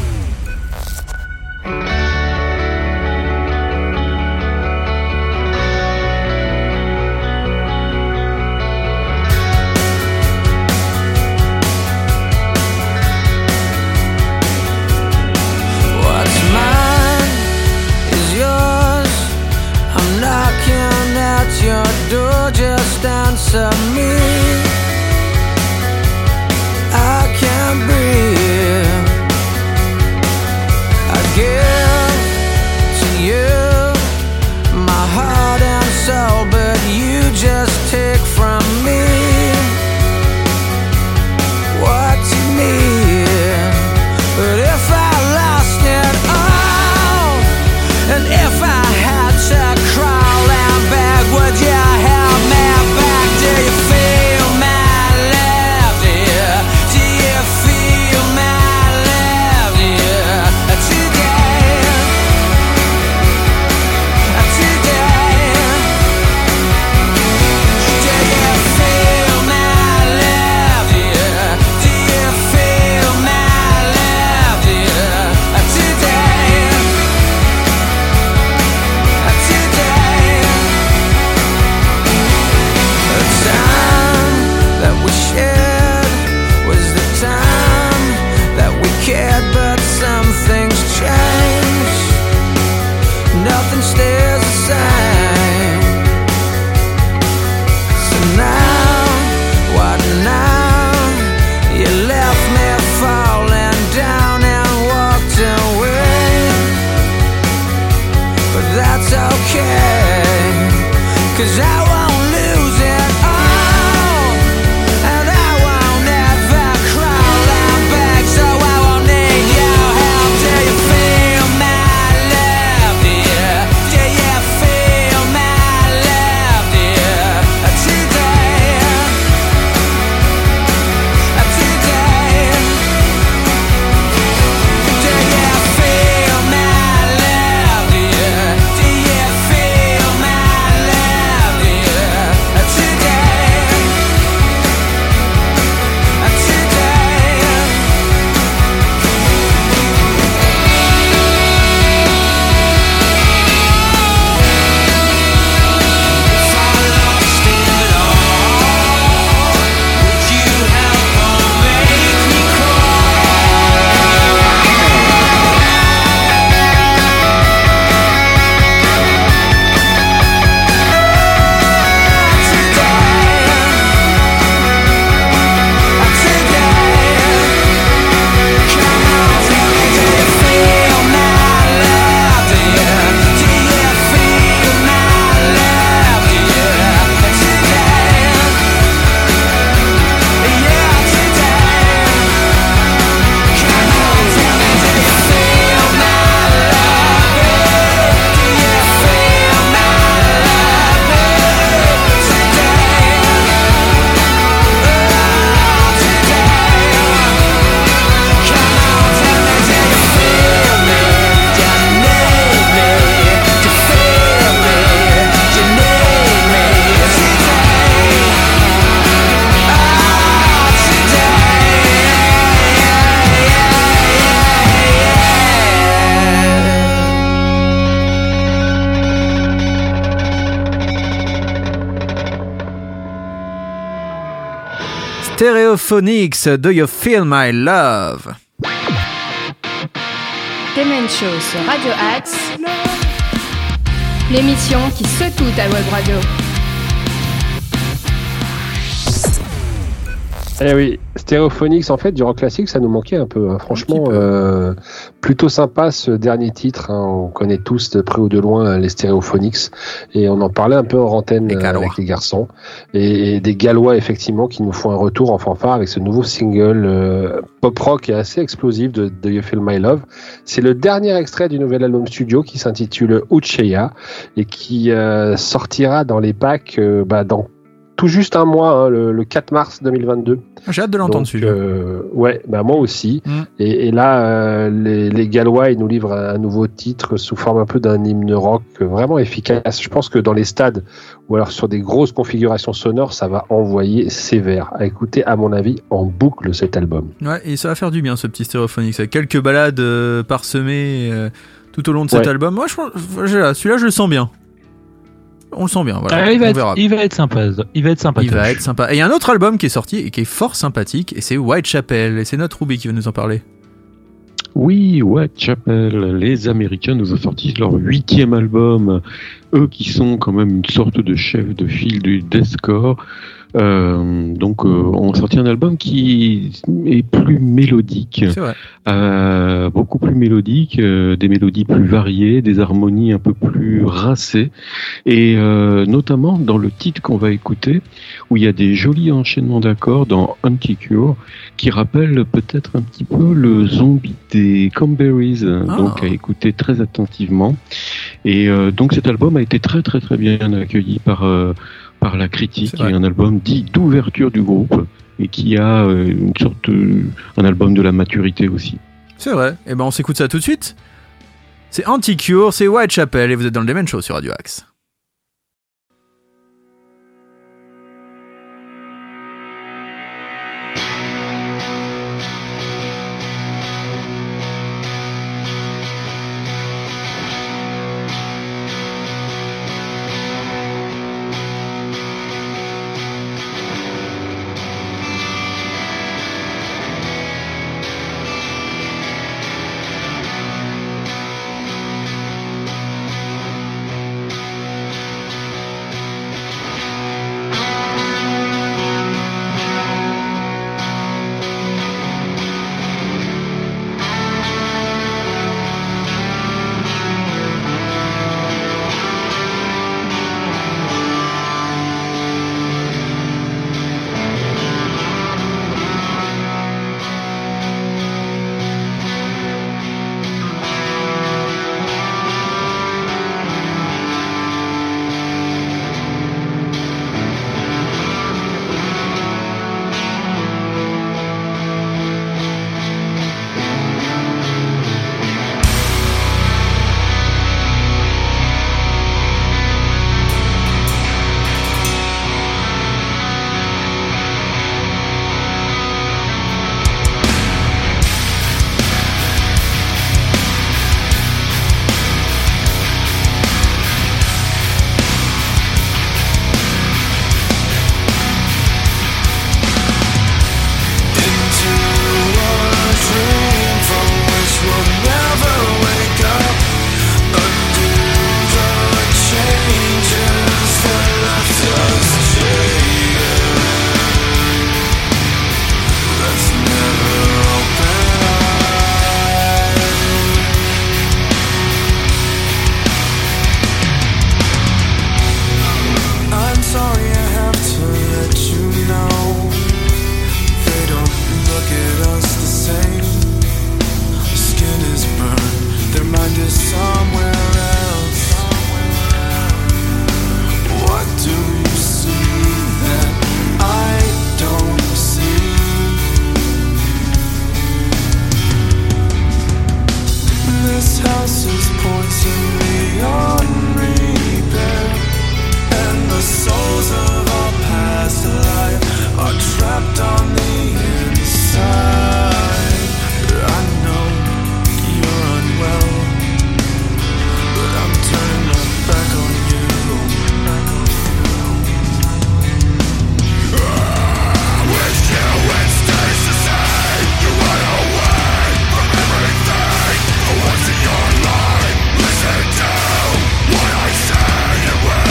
Answer me. I can't breathe. I give to you my heart and soul, but you just take from me what you need. But if I lost it all, and if I had to crawl and beg, would you help me? Do you feel my love, dear? Do you feel my love, dear? Today, today. Do you feel my love, dear? Do you feel my love, dear? Today, today. The time that we shared was the time that we cared, but some things change. Nothing stays the same. So now, what now? You left me falling down and walked away. But that's okay, 'cause I won't lose it all, and I won't ever crawl and beg, so I won't need your help. Do you feel my love, dear? Do you feel my love, dear? Today, today. Do you feel my love, dear? Do you feel my love, dear? Today, today. If I lost it all, would you help or make me Stereophonics, Do You Feel My Love? Demen Show sur Radio Axe, l'émission qui secoue ta web radio. Eh oui, Stereophonics, en fait, du rock classique, ça nous manquait un peu. Hein. Franchement, euh, plutôt sympa ce dernier titre. Hein. On connaît tous de près ou de loin hein, les Stereophonics. Et on en parlait un peu en antenne euh, avec les garçons. Et, et des Gallois, effectivement, qui nous font un retour en fanfare avec ce nouveau single euh, pop-rock et assez explosif de Do You Feel My Love. C'est le dernier extrait du nouvel album studio qui s'intitule Ucheya et qui euh, sortira dans les packs euh, bah, dans tout juste un mois, hein, le, le quatre mars deux mille vingt-deux. J'ai hâte de l'entendre Donc, celui-là. euh, ouais, bah moi aussi. Mm. Et, et là, euh, les, les Gallois, ils nous livrent un, un nouveau titre sous forme un peu d'un hymne rock vraiment efficace. Je pense que dans les stades ou alors sur des grosses configurations sonores, ça va envoyer sévère. À écouter, à mon avis, en boucle cet album. Ouais, et ça va faire du bien ce petit Stereophonics avec quelques balades euh, parsemées euh, tout au long de cet Ouais. album. Moi, je pense, je- celui-là, je le sens bien. On le sent bien, voilà. Ah, il, va On être, verra. il va être sympa. Il va être sympa. Il va être sympa. Et il y a un autre album qui est sorti et qui est fort sympathique, et c'est Whitechapel. Et c'est notre Ruby qui va nous en parler. Oui, Whitechapel, les Américains nous ont sorti leur huitième album. Eux qui sont quand même une sorte de chef de file du deathcore. Euh, donc, euh, ont sorti un album qui est plus mélodique. C'est vrai. Euh, beaucoup plus mélodique, euh, des mélodies plus variées, des harmonies un peu plus rincées, et euh, notamment dans le titre qu'on va écouter, où il y a des jolis enchaînements d'accords dans Anticure, qui rappellent peut-être un petit peu le zombie des Cranberries, Ah. donc à écouter très attentivement. Et euh, donc cet album a été très très très bien accueilli par euh, par la critique, C'est vrai. et un album dit d'ouverture du groupe, et qui a euh, une sorte euh, un album de la maturité aussi. C'est vrai. Et ben, on s'écoute ça tout de suite. C'est Anticure, c'est Whitechapel, et vous êtes dans le Demen Show sur Radio Axe.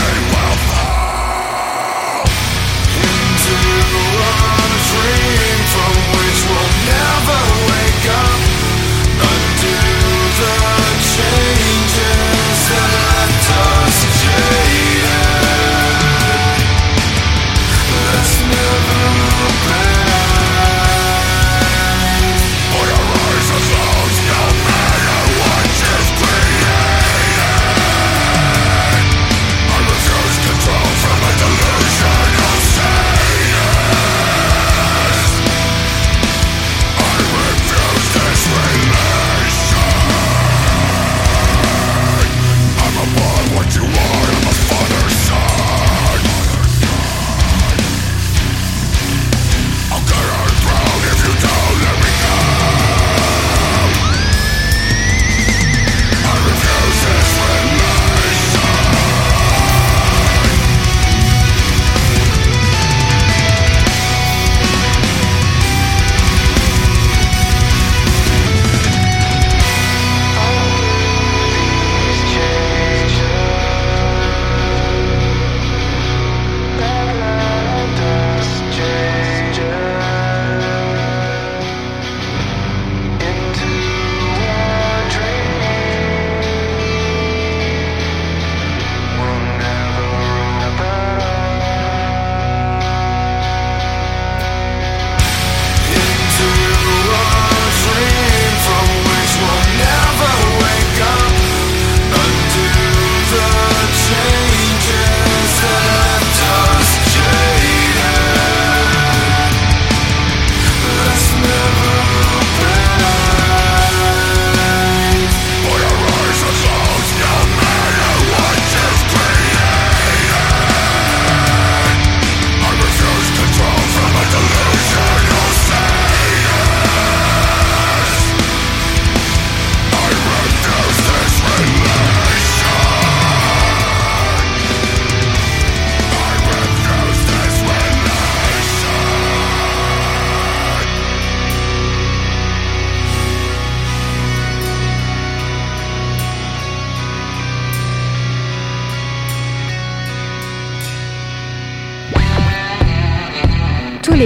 Dream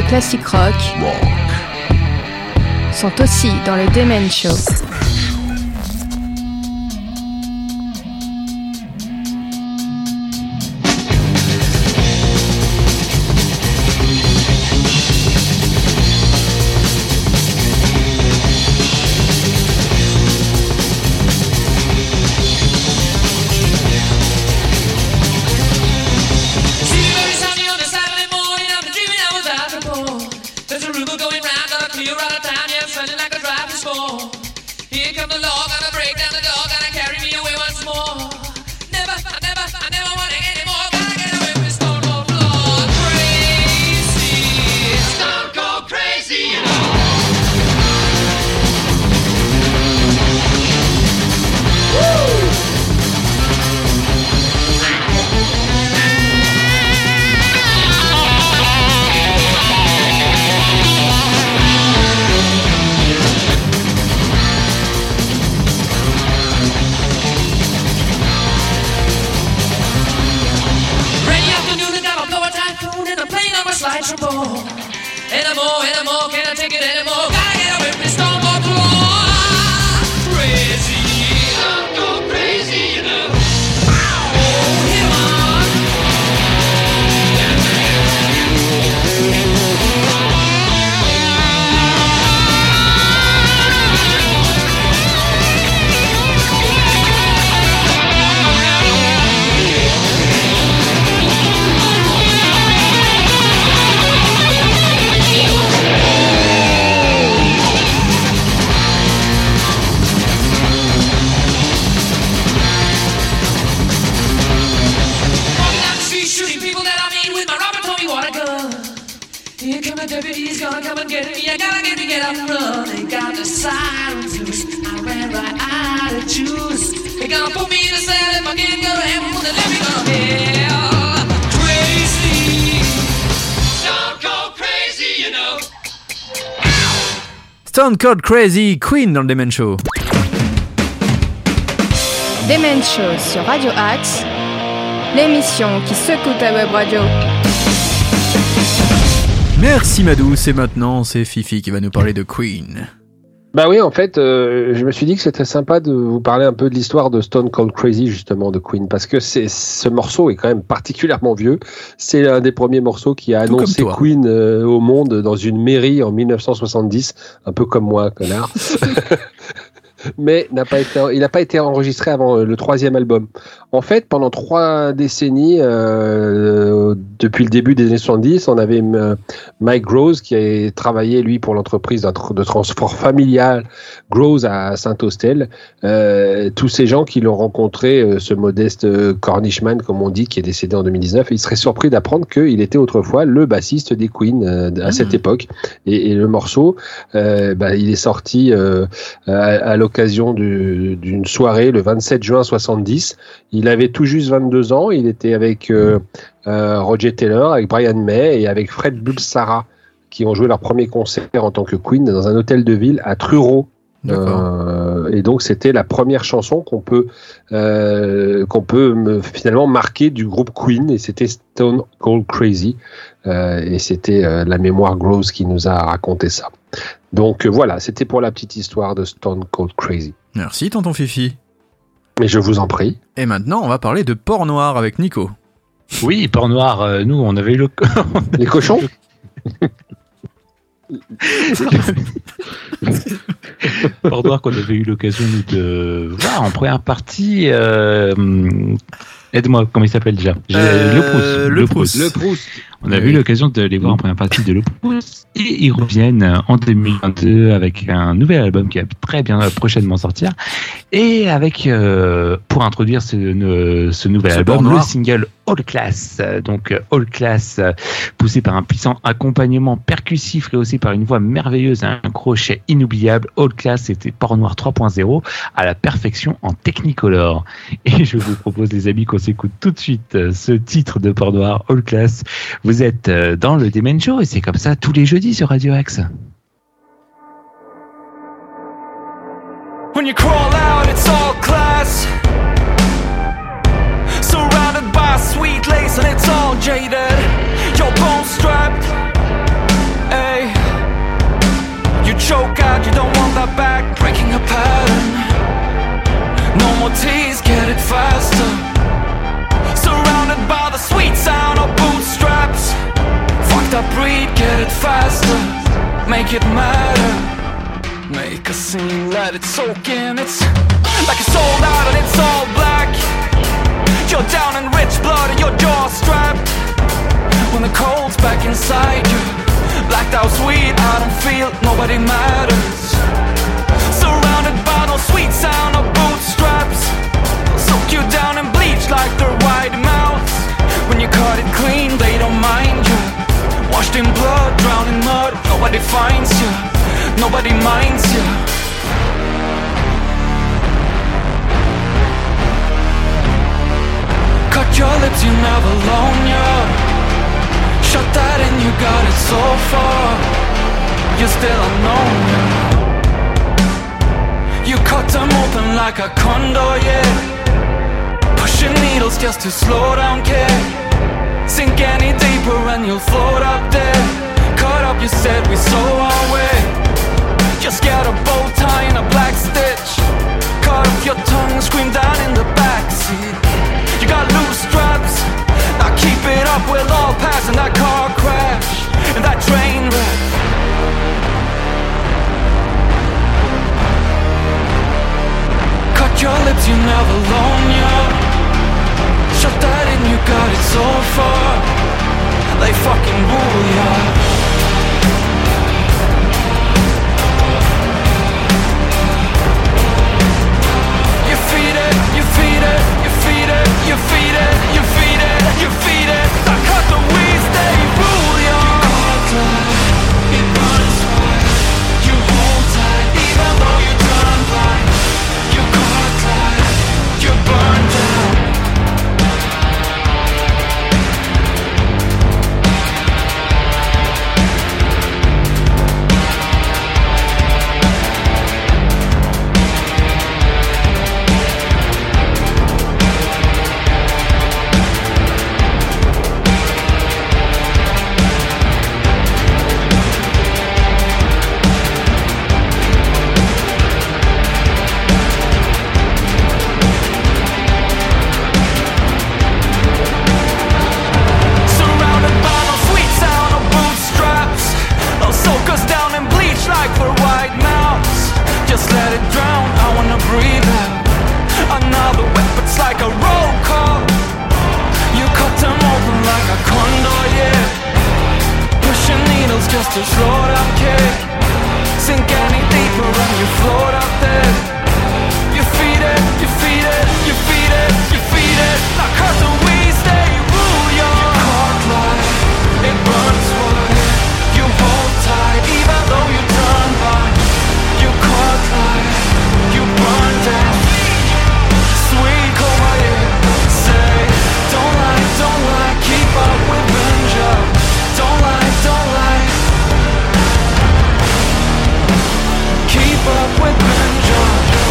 classic rock sont aussi dans le Demen Show. Stone Cold Crazy, Queen dans le Demen Show. Demen Show sur Radio Axe, l'émission qui secoue ta web radio. Merci Madouce, et maintenant c'est Fifi qui va nous parler de Queen. Bah oui, en fait, euh, je me suis dit que c'était sympa de vous parler un peu de l'histoire de Stone Cold Crazy, justement, de Queen, parce que c'est, ce morceau est quand même particulièrement vieux. C'est l'un des premiers morceaux qui a annoncé Queen euh, au monde dans une mairie en dix-neuf cent soixante-dix, un peu comme moi, connard. Mais n'a pas été, il n'a pas été enregistré avant le troisième album. En fait, pendant trois décennies, euh, depuis le début des années soixante-dix, on avait euh, Mike Gross qui a travaillé, lui, pour l'entreprise de transport familial Gross à Saint-Austell. Euh, tous ces gens qui l'ont rencontré, euh, ce modeste euh, Cornishman, comme on dit, qui est décédé en deux mille dix-neuf, ils seraient surpris d'apprendre qu'il était autrefois le bassiste des Queen euh, à mmh. cette époque. Et, et le morceau, euh, bah, il est sorti euh, à, à l'occasion du, d'une soirée le vingt-sept juin soixante-dix. Il avait tout juste vingt-deux ans. Il était avec euh, euh, Roger Taylor, avec Brian May et avec Fred Bulsara, qui ont joué leur premier concert en tant que Queen dans un hôtel de ville à Truro. Euh, et donc c'était la première chanson qu'on peut euh, qu'on peut me, finalement marquer du groupe Queen, et c'était Stone Cold Crazy, euh, et c'était euh, la mémoire Gross qui nous a raconté ça. Donc euh, voilà, c'était pour la petite histoire de Stone Cold Crazy. Merci tonton Fifi. Mais je vous en prie. Et maintenant on va parler de Port Noir avec Nico. Oui, Port Noir, euh, nous on avait eu le... Les cochons. Port Noir qu'on avait eu l'occasion de voir en première partie. Euh, aide-moi, comment il s'appelle déjà euh, Le Proust. Le Proust. Le Proust. On a oui. eu l'occasion de les voir en première partie de Le Proust. Et ils reviennent en deux mille vingt-deux avec un nouvel album qui va très bien prochainement sortir. Et avec, euh, pour introduire ce, ne, ce nouvel ce album, le single All Class. Donc All Class, poussé par un puissant accompagnement percussif, rehaussé par une voix merveilleuse et un crochet inoubliable. All Class, c'était Port Noir trois point zéro à la perfection en Technicolor. Et je vous propose, les amis, qu'on s'écoute tout de suite ce titre de Port Noir, All Class. Vous êtes dans le Demen Show et c'est comme ça tous les jeudis sur Radio Axe. When you crawl out, it's all class. Surrounded by sweet lace and it's all jaded. Your bones strapped choke out, you don't want that back. Breaking a pattern. No more tease, get it faster. Surrounded by the sweet sound of bootstraps. Fuck that breed, get it faster. Make it matter. Make a scene, let it soak in. It's like it's sold out and it's all black. You're down in rich blood and your jaw strapped. When the cold's back inside you, blacked out sweet, I don't feel, nobody matters. Surrounded by no sweet sound of bootstraps. Soak you down and bleach like their wide mouths. When you cut it clean, they don't mind you. Washed in blood, drowned in mud, nobody finds you, nobody minds you. Cut your lips, you never loan you. Shut that and you got it so far. You're still unknown, yeah. You cut them open like a condor, yeah. Pushing needles just to slow down, kid. Sink any deeper and you'll float up there. Cut up, you said we saw our way. Just get a bow tie and a black stitch. Cut off your tongue, scream down in the backseat. You got loose straps, now keep it up, we'll all pass in that car crash, in that train wreck. Cut your lips, you never loan you. Shut that in, you got it so far. They fucking rule ya. You feed it, you feed it, you feed it, you feed it, you feed it, you feed it. I cut the weeds, they rule ya. It burns right. You hold tight, even though you turn blind. You caught tight, you burn down. Just to slow down, kid. Sink any deeper and you float up there. You feed it, you feed it, you feed it, you feed it. Now cut the weeds, they rule ya. You caught light, it burns wide. You hold tight, even though you turn blind. You caught light, you burn down. Sweet coma, yeah. Say, don't lie, don't lie, keep up with Benja. Don't lie, don't lie. Keep up with Benja.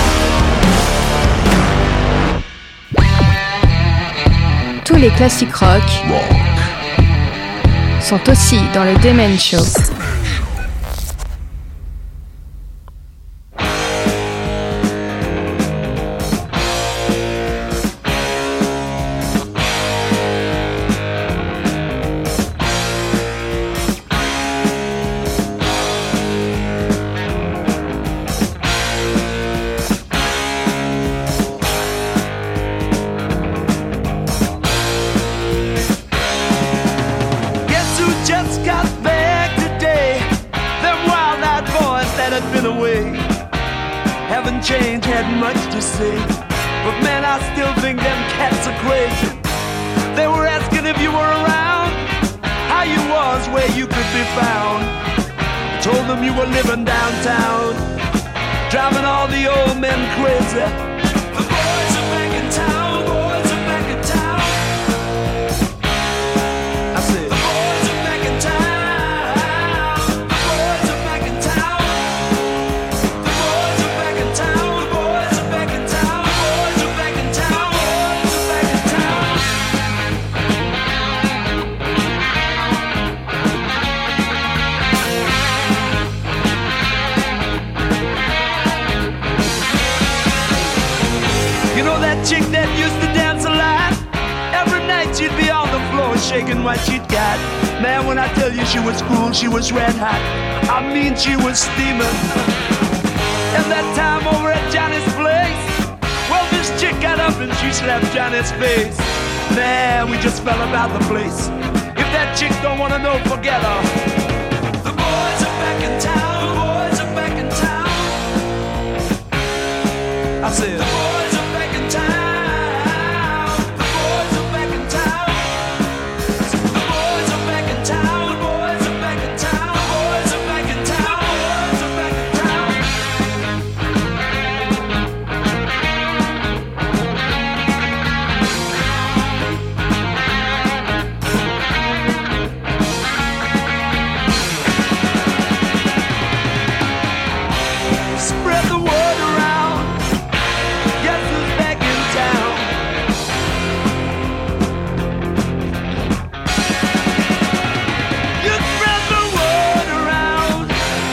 Tous les classiques rock sont aussi dans le Demen Show. Change had much to say, but man, I still think them cats are crazy. They were asking if you were around, how you was, where you could be found. I told them you were living downtown, driving all the old men crazy. The boys are back in town, boys are back in town. I said, the boys are back in town, the boys are back in town. The boys are back in town, the boys are back in town, the boys are back in town, boys are back in town. shaking what she'd got. Man, when I tell you she was cool, she was red hot. I mean, she was steaming. And that time over at Johnny's place, well, this chick got up and she slapped Johnny's face. Man, we just fell about the place. If that chick don't wanna know, forget her. The boys are back in town. The boys are back in town. I said, the boys are back in town. The boys are back in town. I said, the boys are back in town. The boys are back in town. The boys are back in town. The boys are back in town. Spread the word around. Guess who's back in town? You spread the word around.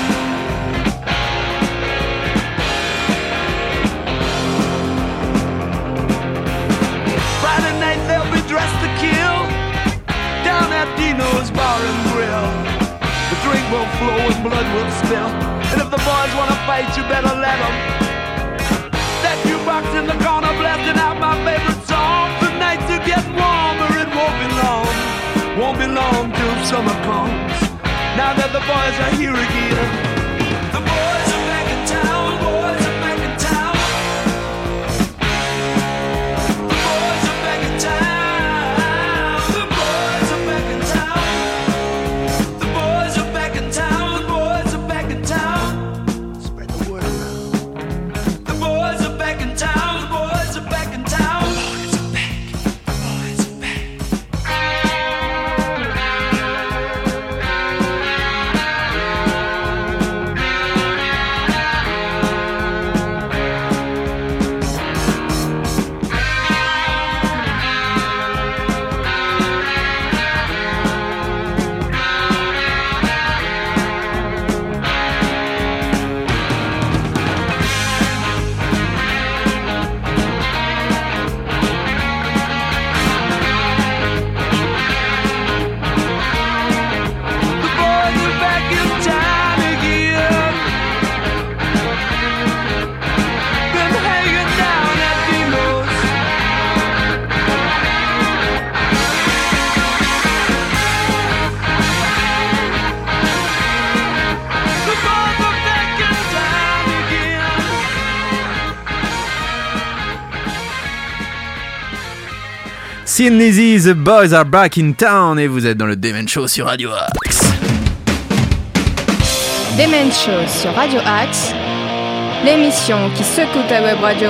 Friday night they'll be dressed to kill down at Dino's Bar and Grill. The drink will flow and blood will spill. And if the boys wanna fight, you better let them. That jukebox in the corner blasting out my favorite song. The nights are getting warmer, it won't be long. Won't be long till summer comes. Now that the boys are here again. The boys are back in town. The boys are back in town. The boys are back in town. The boys are back in town. The boys are back in town. The boys are back in town. Spread the word around. The boys are back in town. The boys are back in town. The boys are back. The boys are back. The boys are back in town again. Been hanging down at Dino's. The boys are back in town again. Sin Lizzy, The Boys Are Back in Town, et vous êtes dans le Demen Show sur Radio Axe. Demen Show sur Radio Axe, l'émission qui secoue ta web radio.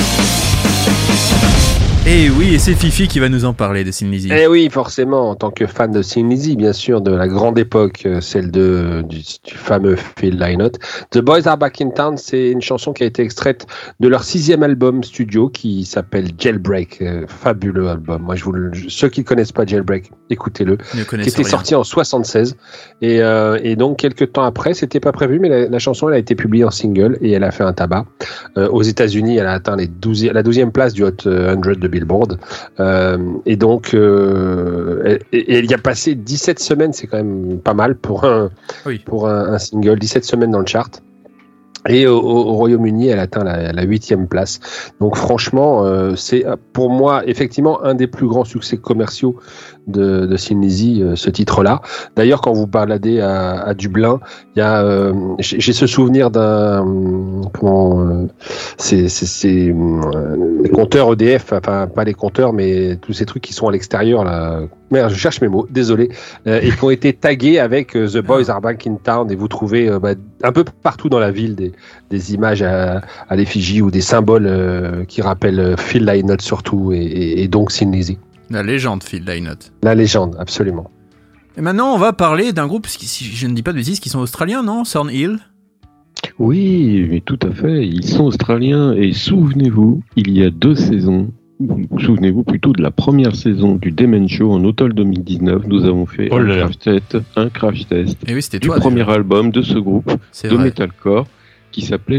Et oui, et c'est Fifi qui va nous en parler de Sin Lizzy. Eh oui, forcément, en tant que fan de Sin Lizzy, bien sûr, de la grande époque, euh, celle de, du, du fameux Phil Lynott. The Boys Are Back in Town, c'est une chanson qui a été extraite de leur sixième album studio qui s'appelle Jailbreak. Euh, fabuleux album. Moi, je vous le, je- ceux qui ne connaissent pas Jailbreak, écoutez-le. Ne Qui connaissez était rien. sorti en soixante-seize. Et, euh, et donc, quelques temps après, c'était pas prévu, mais la, la chanson, elle a été publiée en single et elle a fait un tabac. Euh, aux États-Unis, elle a atteint les douze, la douzième place du Hot cent de Billboard. Euh, et donc, euh, et, et elle y a passé dix-sept semaines, c'est quand même pas mal pour un, Oui. pour un, un single, dix-sept semaines dans le chart. Et au, au au Royaume-Uni, elle atteint la, la huitième place. Donc franchement, euh, c'est pour moi effectivement un des plus grands succès commerciaux de, de Sin Lizzy, euh, ce titre-là. D'ailleurs, quand vous baladez à, à Dublin, il y a, euh, j'ai j'ai ce souvenir d'un, comment, euh, c'est, c'est, c'est euh, les compteurs E D F, enfin pas les compteurs, mais tous ces trucs qui sont à l'extérieur là. Merde, je cherche mes mots, désolé, euh, et qui ont été tagués avec euh, The Boys Are Back in Town, et vous trouvez euh, bah, un peu partout dans la ville des, des images à, à l'effigie ou des symboles euh, qui rappellent euh, Phil Lynott surtout, et, et, et donc Sin Lizzy. La légende Phil Lynott. La légende, absolument. Et maintenant, on va parler d'un groupe, qui, si je ne dis pas de bêtises, qui sont australiens, non? Thornhill. Oui, mais tout à fait. Ils sont australiens et souvenez-vous, il y a deux saisons, souvenez-vous plutôt de la première saison du Demen Show en automne deux mille dix-neuf, nous avons fait Oh un, là là. crash test, un crash test Et oui, c'était du toi. premier album de ce groupe C'est de vrai. metalcore qui s'appelait The Dark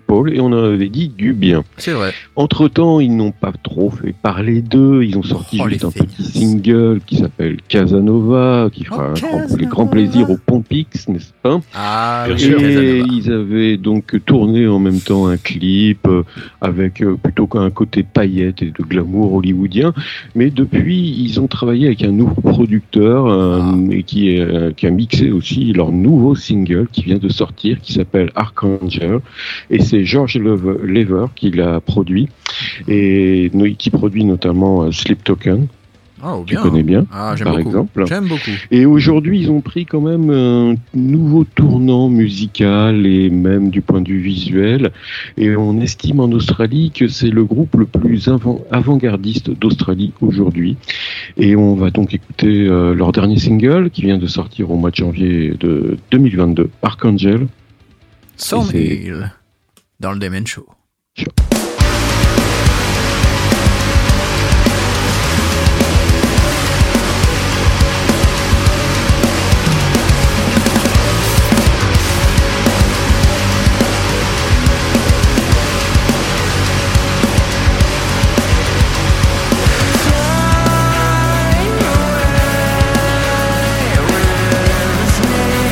Paul et on en avait dit du bien. C'est vrai. Entre-temps, ils n'ont pas trop fait parler d'eux. Ils ont sorti Oh, juste les un petit single qui s'appelle Casanova, qui fera Oh, un grand, Casanova. les grands plaisirs au Pompix, n'est-ce pas? Ah, Et oui, Casanova. ils avaient donc tourné en même temps un clip euh, avec euh, plutôt qu'un côté paillettes et de glamour hollywoodien. Mais depuis, ils ont travaillé avec un nouveau producteur euh, Ah. et qui, est, euh, qui a mixé aussi leur nouveau single qui vient de sortir, qui s'appelle Archangel. Et c'est George Lever, Lever qui l'a produit et no- qui produit notamment euh, Sleep Token. Oh, Tu bien. connais bien, Ah, j'aime par beaucoup. exemple. J'aime beaucoup. Et aujourd'hui, ils ont pris quand même un nouveau tournant musical et même du point de vue visuel. Et on estime en Australie que c'est le groupe le plus avant- avant-gardiste d'Australie aujourd'hui. Et on va donc écouter euh, leur dernier single qui vient de sortir au mois de janvier de deux mille vingt-deux, Archangel. Thornhill, dans le Demen Show.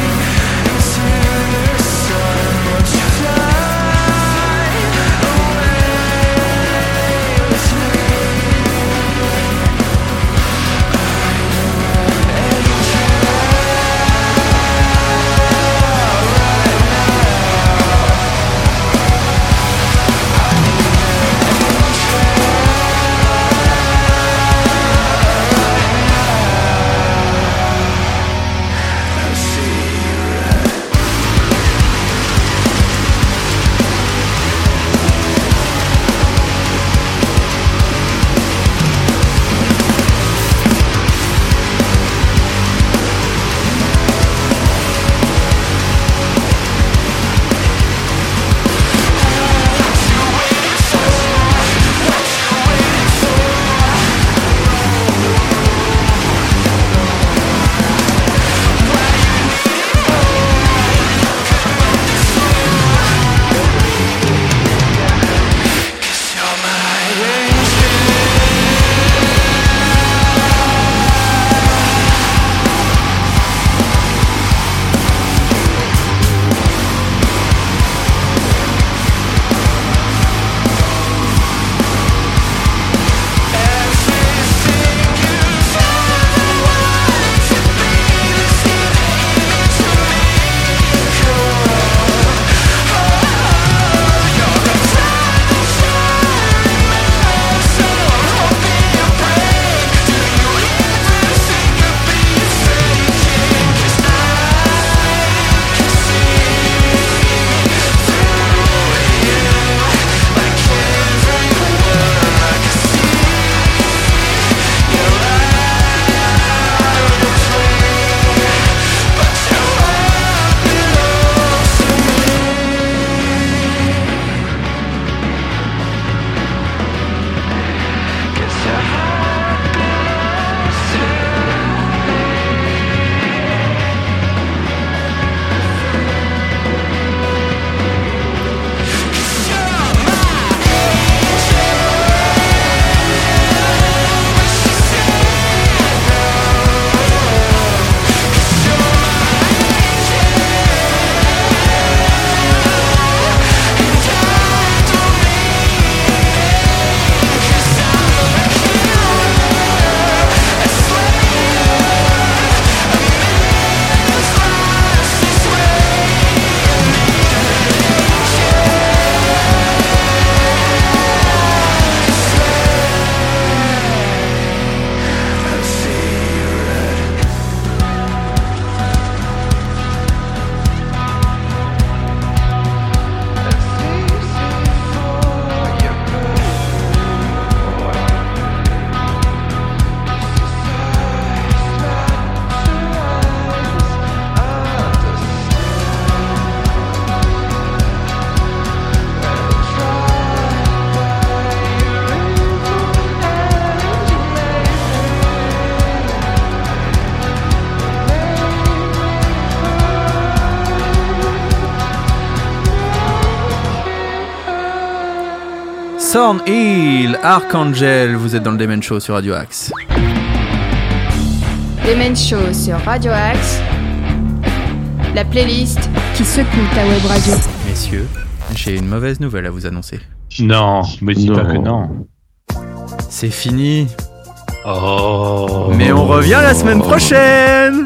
Fly away Thornhill, Archangel, vous êtes dans le Demen Show sur Radio Axe. Demen Show sur Radio Axe, la playlist qui secoue ta web radio. Messieurs, j'ai une mauvaise nouvelle à vous annoncer. Non, me dis pas que non. C'est fini. Oh. Mais on revient la semaine prochaine.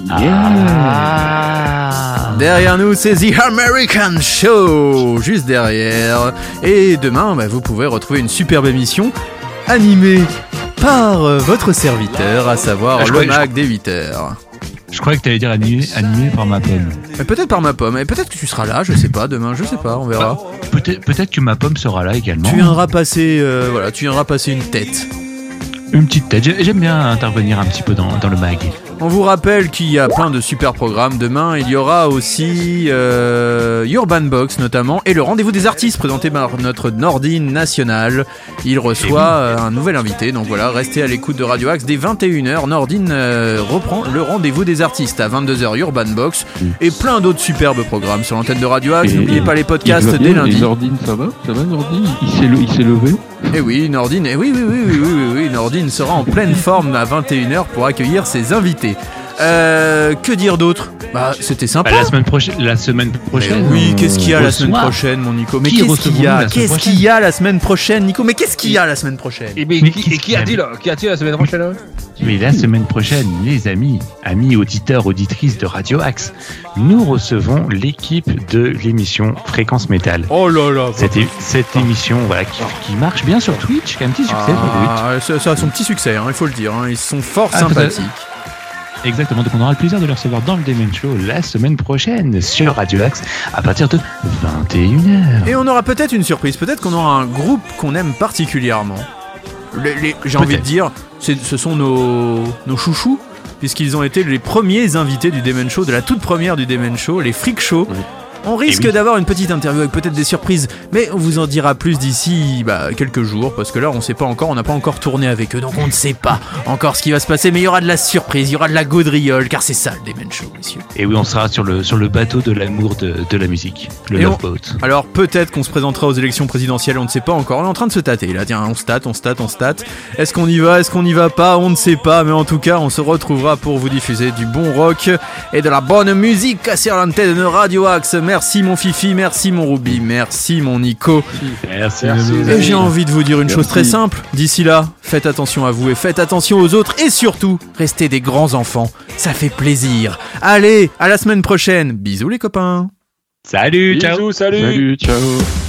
Ah. Derrière nous, c'est The American Show, juste derrière. Et demain, bah, vous pouvez retrouver une superbe émission animée par euh, votre serviteur, à savoir Ah, je le crois- Mac des huit heures. Je croyais que tu allais dire animé, animé par ma pomme. Mais peut-être par ma pomme, et peut-être que tu seras là, je sais pas, demain, je sais pas, on verra. Peut-être, peut-être que ma pomme sera là également. Tu viendras passer, euh, voilà, tu viendras passer une tête. Une petite tête. J'ai- J'aime bien intervenir un petit peu dans, dans le mag. On vous rappelle qu'il y a plein de super programmes. Demain, il y aura aussi euh, Urban Box notamment et le rendez-vous des artistes présenté par notre Nordine national. Il reçoit euh, un nouvel invité. Donc voilà, restez à l'écoute de Radio Axe. Dès vingt et une heures, Nordine euh, reprend le rendez-vous des artistes. À vingt-deux heures, Urban Box et plein d'autres superbes programmes sur l'antenne de Radio Axe. Et- N'oubliez pas les podcasts il va dès bien, lundi. et Nordine, ça va Ça va, Nordine Il s'est le- il s'est levé Et oui, Nordine, et oui, oui, oui, oui, oui, oui, oui, Nordine sera en pleine forme à vingt et une heures pour accueillir ses invités. Euh, que dire d'autre ? Bah, c'était sympa. Bah, la semaine prochaine. La semaine prochaine. Mais oui, qu'est-ce qu'il y a la reçoit- semaine prochaine, mon Nico ? Mais Qui qu'est-ce qu'il y recevons-nous a la semaine Qu'est-ce prochaine qu'il y a la semaine prochaine, Nico ? Mais qu'est-ce qu'il y a la semaine prochaine ? Et, mais, Mais qui, qu'est-ce et qui a-t-il qu'il y a Qui a-t-il la semaine prochaine hein Mais la semaine prochaine, les amis, amis auditeurs, auditrices de Radio Axe, nous recevons l'équipe de l'émission Fréquence Métal. Oh là là. Cette, é- cette émission voilà, qui, qui marche bien sur Twitch, qui a un petit succès sur Twitch. Ah, ça, ça a son petit succès, hein, il faut le dire. Hein. Ils sont fort Ah, sympathiques. Exactement, donc on aura le plaisir de les recevoir dans le Demen Show la semaine prochaine sur Radio Axe à partir de vingt et une heures. Et on aura peut-être une surprise. Peut-être qu'on aura un groupe qu'on aime particulièrement. Les- les- J'ai envie de Peut-être. dire, c'est- ce sont nos, nos chouchous, puisqu'ils ont été les premiers invités du Demen Show, de la toute première du Demen Show, les Freak Show. On risque oui. d'avoir une petite interview avec peut-être des surprises, mais on vous en dira plus d'ici bah, quelques jours, parce que là on sait pas encore, on n'a pas encore tourné avec eux, donc on ne sait pas encore ce qui va se passer, mais il y aura de la surprise, il y aura de la gaudriole, car c'est ça le Demen Show, messieurs. Et oui, on sera sur le, sur le bateau de l'amour de, de la musique, le Et Love on- Boat. Alors peut-être qu'on se présentera aux élections présidentielles, on ne sait pas encore, on est en train de se tâter là, tiens, on se tâte, on se tâte, on se tâte. Est-ce qu'on y va, est-ce qu'on n'y va pas, on ne sait pas, mais en tout cas on se retrouvera pour vous diffuser du bon rock et de la bonne musique sur l'antenne de Radio Axe. Merci mon Fifi, merci mon Ruby, merci mon Nico. Merci. Merci, les Et amis. j'ai envie de vous dire une chose Merci. très simple, d'ici là, faites attention à vous et faites attention aux autres et surtout, restez des grands enfants, ça fait plaisir. Allez, à la semaine prochaine, bisous les copains. Salut, ciao. Bisous, salut Salut, ciao